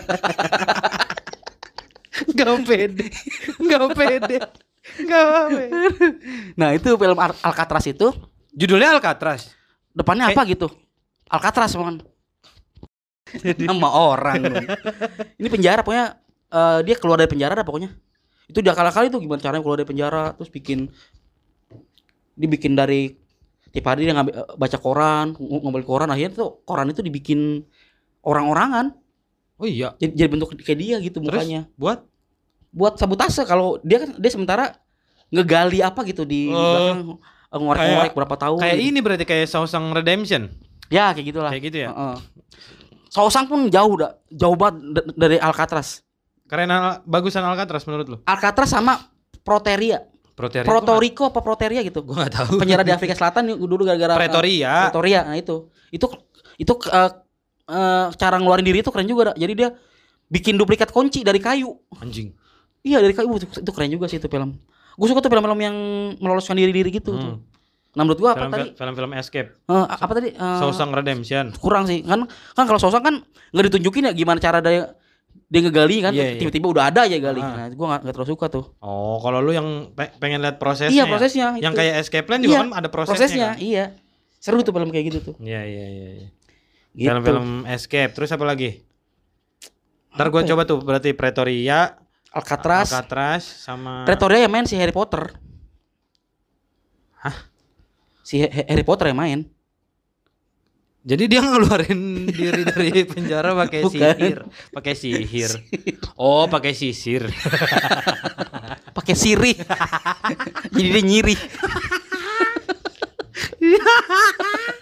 Enggak pede. Nah, itu film Alcatraz itu judulnya Alcatraz. Depannya apa gitu? Alcatraz kan. Nama orang. Ini penjara pokoknya dia keluar dari penjara dah pokoknya. Itu dia kali tuh gimana caranya keluar dari penjara terus dibikin dari tiap hari dia baca koran, ngambil koran, akhirnya tuh koran itu dibikin orang-orangan. Oh iya. Jadi bentuk kayak dia gitu mukanya. Terus buat sabotase kalau dia sementara ngegali apa gitu di belakang ngorek-ngorek berapa tahun. Kayak ini berarti kayak Shawshank Redemption. Ya, kayak gitulah. Kayak gitu ya. Shawshank pun jauh banget dari Alcatraz. Karena bagusan Alcatraz menurut lo? Alcatraz sama Proteria. Puerto Rico apa Proteria gitu. Gue enggak tahu. Penjara di Afrika Selatan dulu gara-gara Pretoria. Nah itu cara ngeluarin diri itu keren juga. Jadi dia bikin duplikat kunci dari kayu. Anjing. Iya dari kayu itu keren juga sih itu film. Gue suka tuh film-film yang meloloskan diri gitu tuh. Nah menurut gua apa tadi? Film-film escape. Apa tadi? Shawshank Redemption. Kurang sih. Kan kalau Shawshank kan enggak ditunjukin ya gimana cara dia ngegali kan, tiba-tiba udah ada aja gali. Nah, gua enggak terlalu suka tuh. Oh, kalau lu yang pengen lihat prosesnya. Iya, prosesnya. Yang kayak escape plan juga kan ada prosesnya. Kan? Iya. Seru tuh film kayak gitu tuh. Iya. Gitu. Film-film escape. Terus apa lagi? Ntar gua coba tuh berarti Pretoria, Alcatraz sama Pretoria yang main si Harry Potter. Hah? Si Harry Potter yang main. Jadi dia ngeluarin diri dari penjara pakai sihir. Oh, pakai sisir. Pakai sirih. Jadi dia nyiri.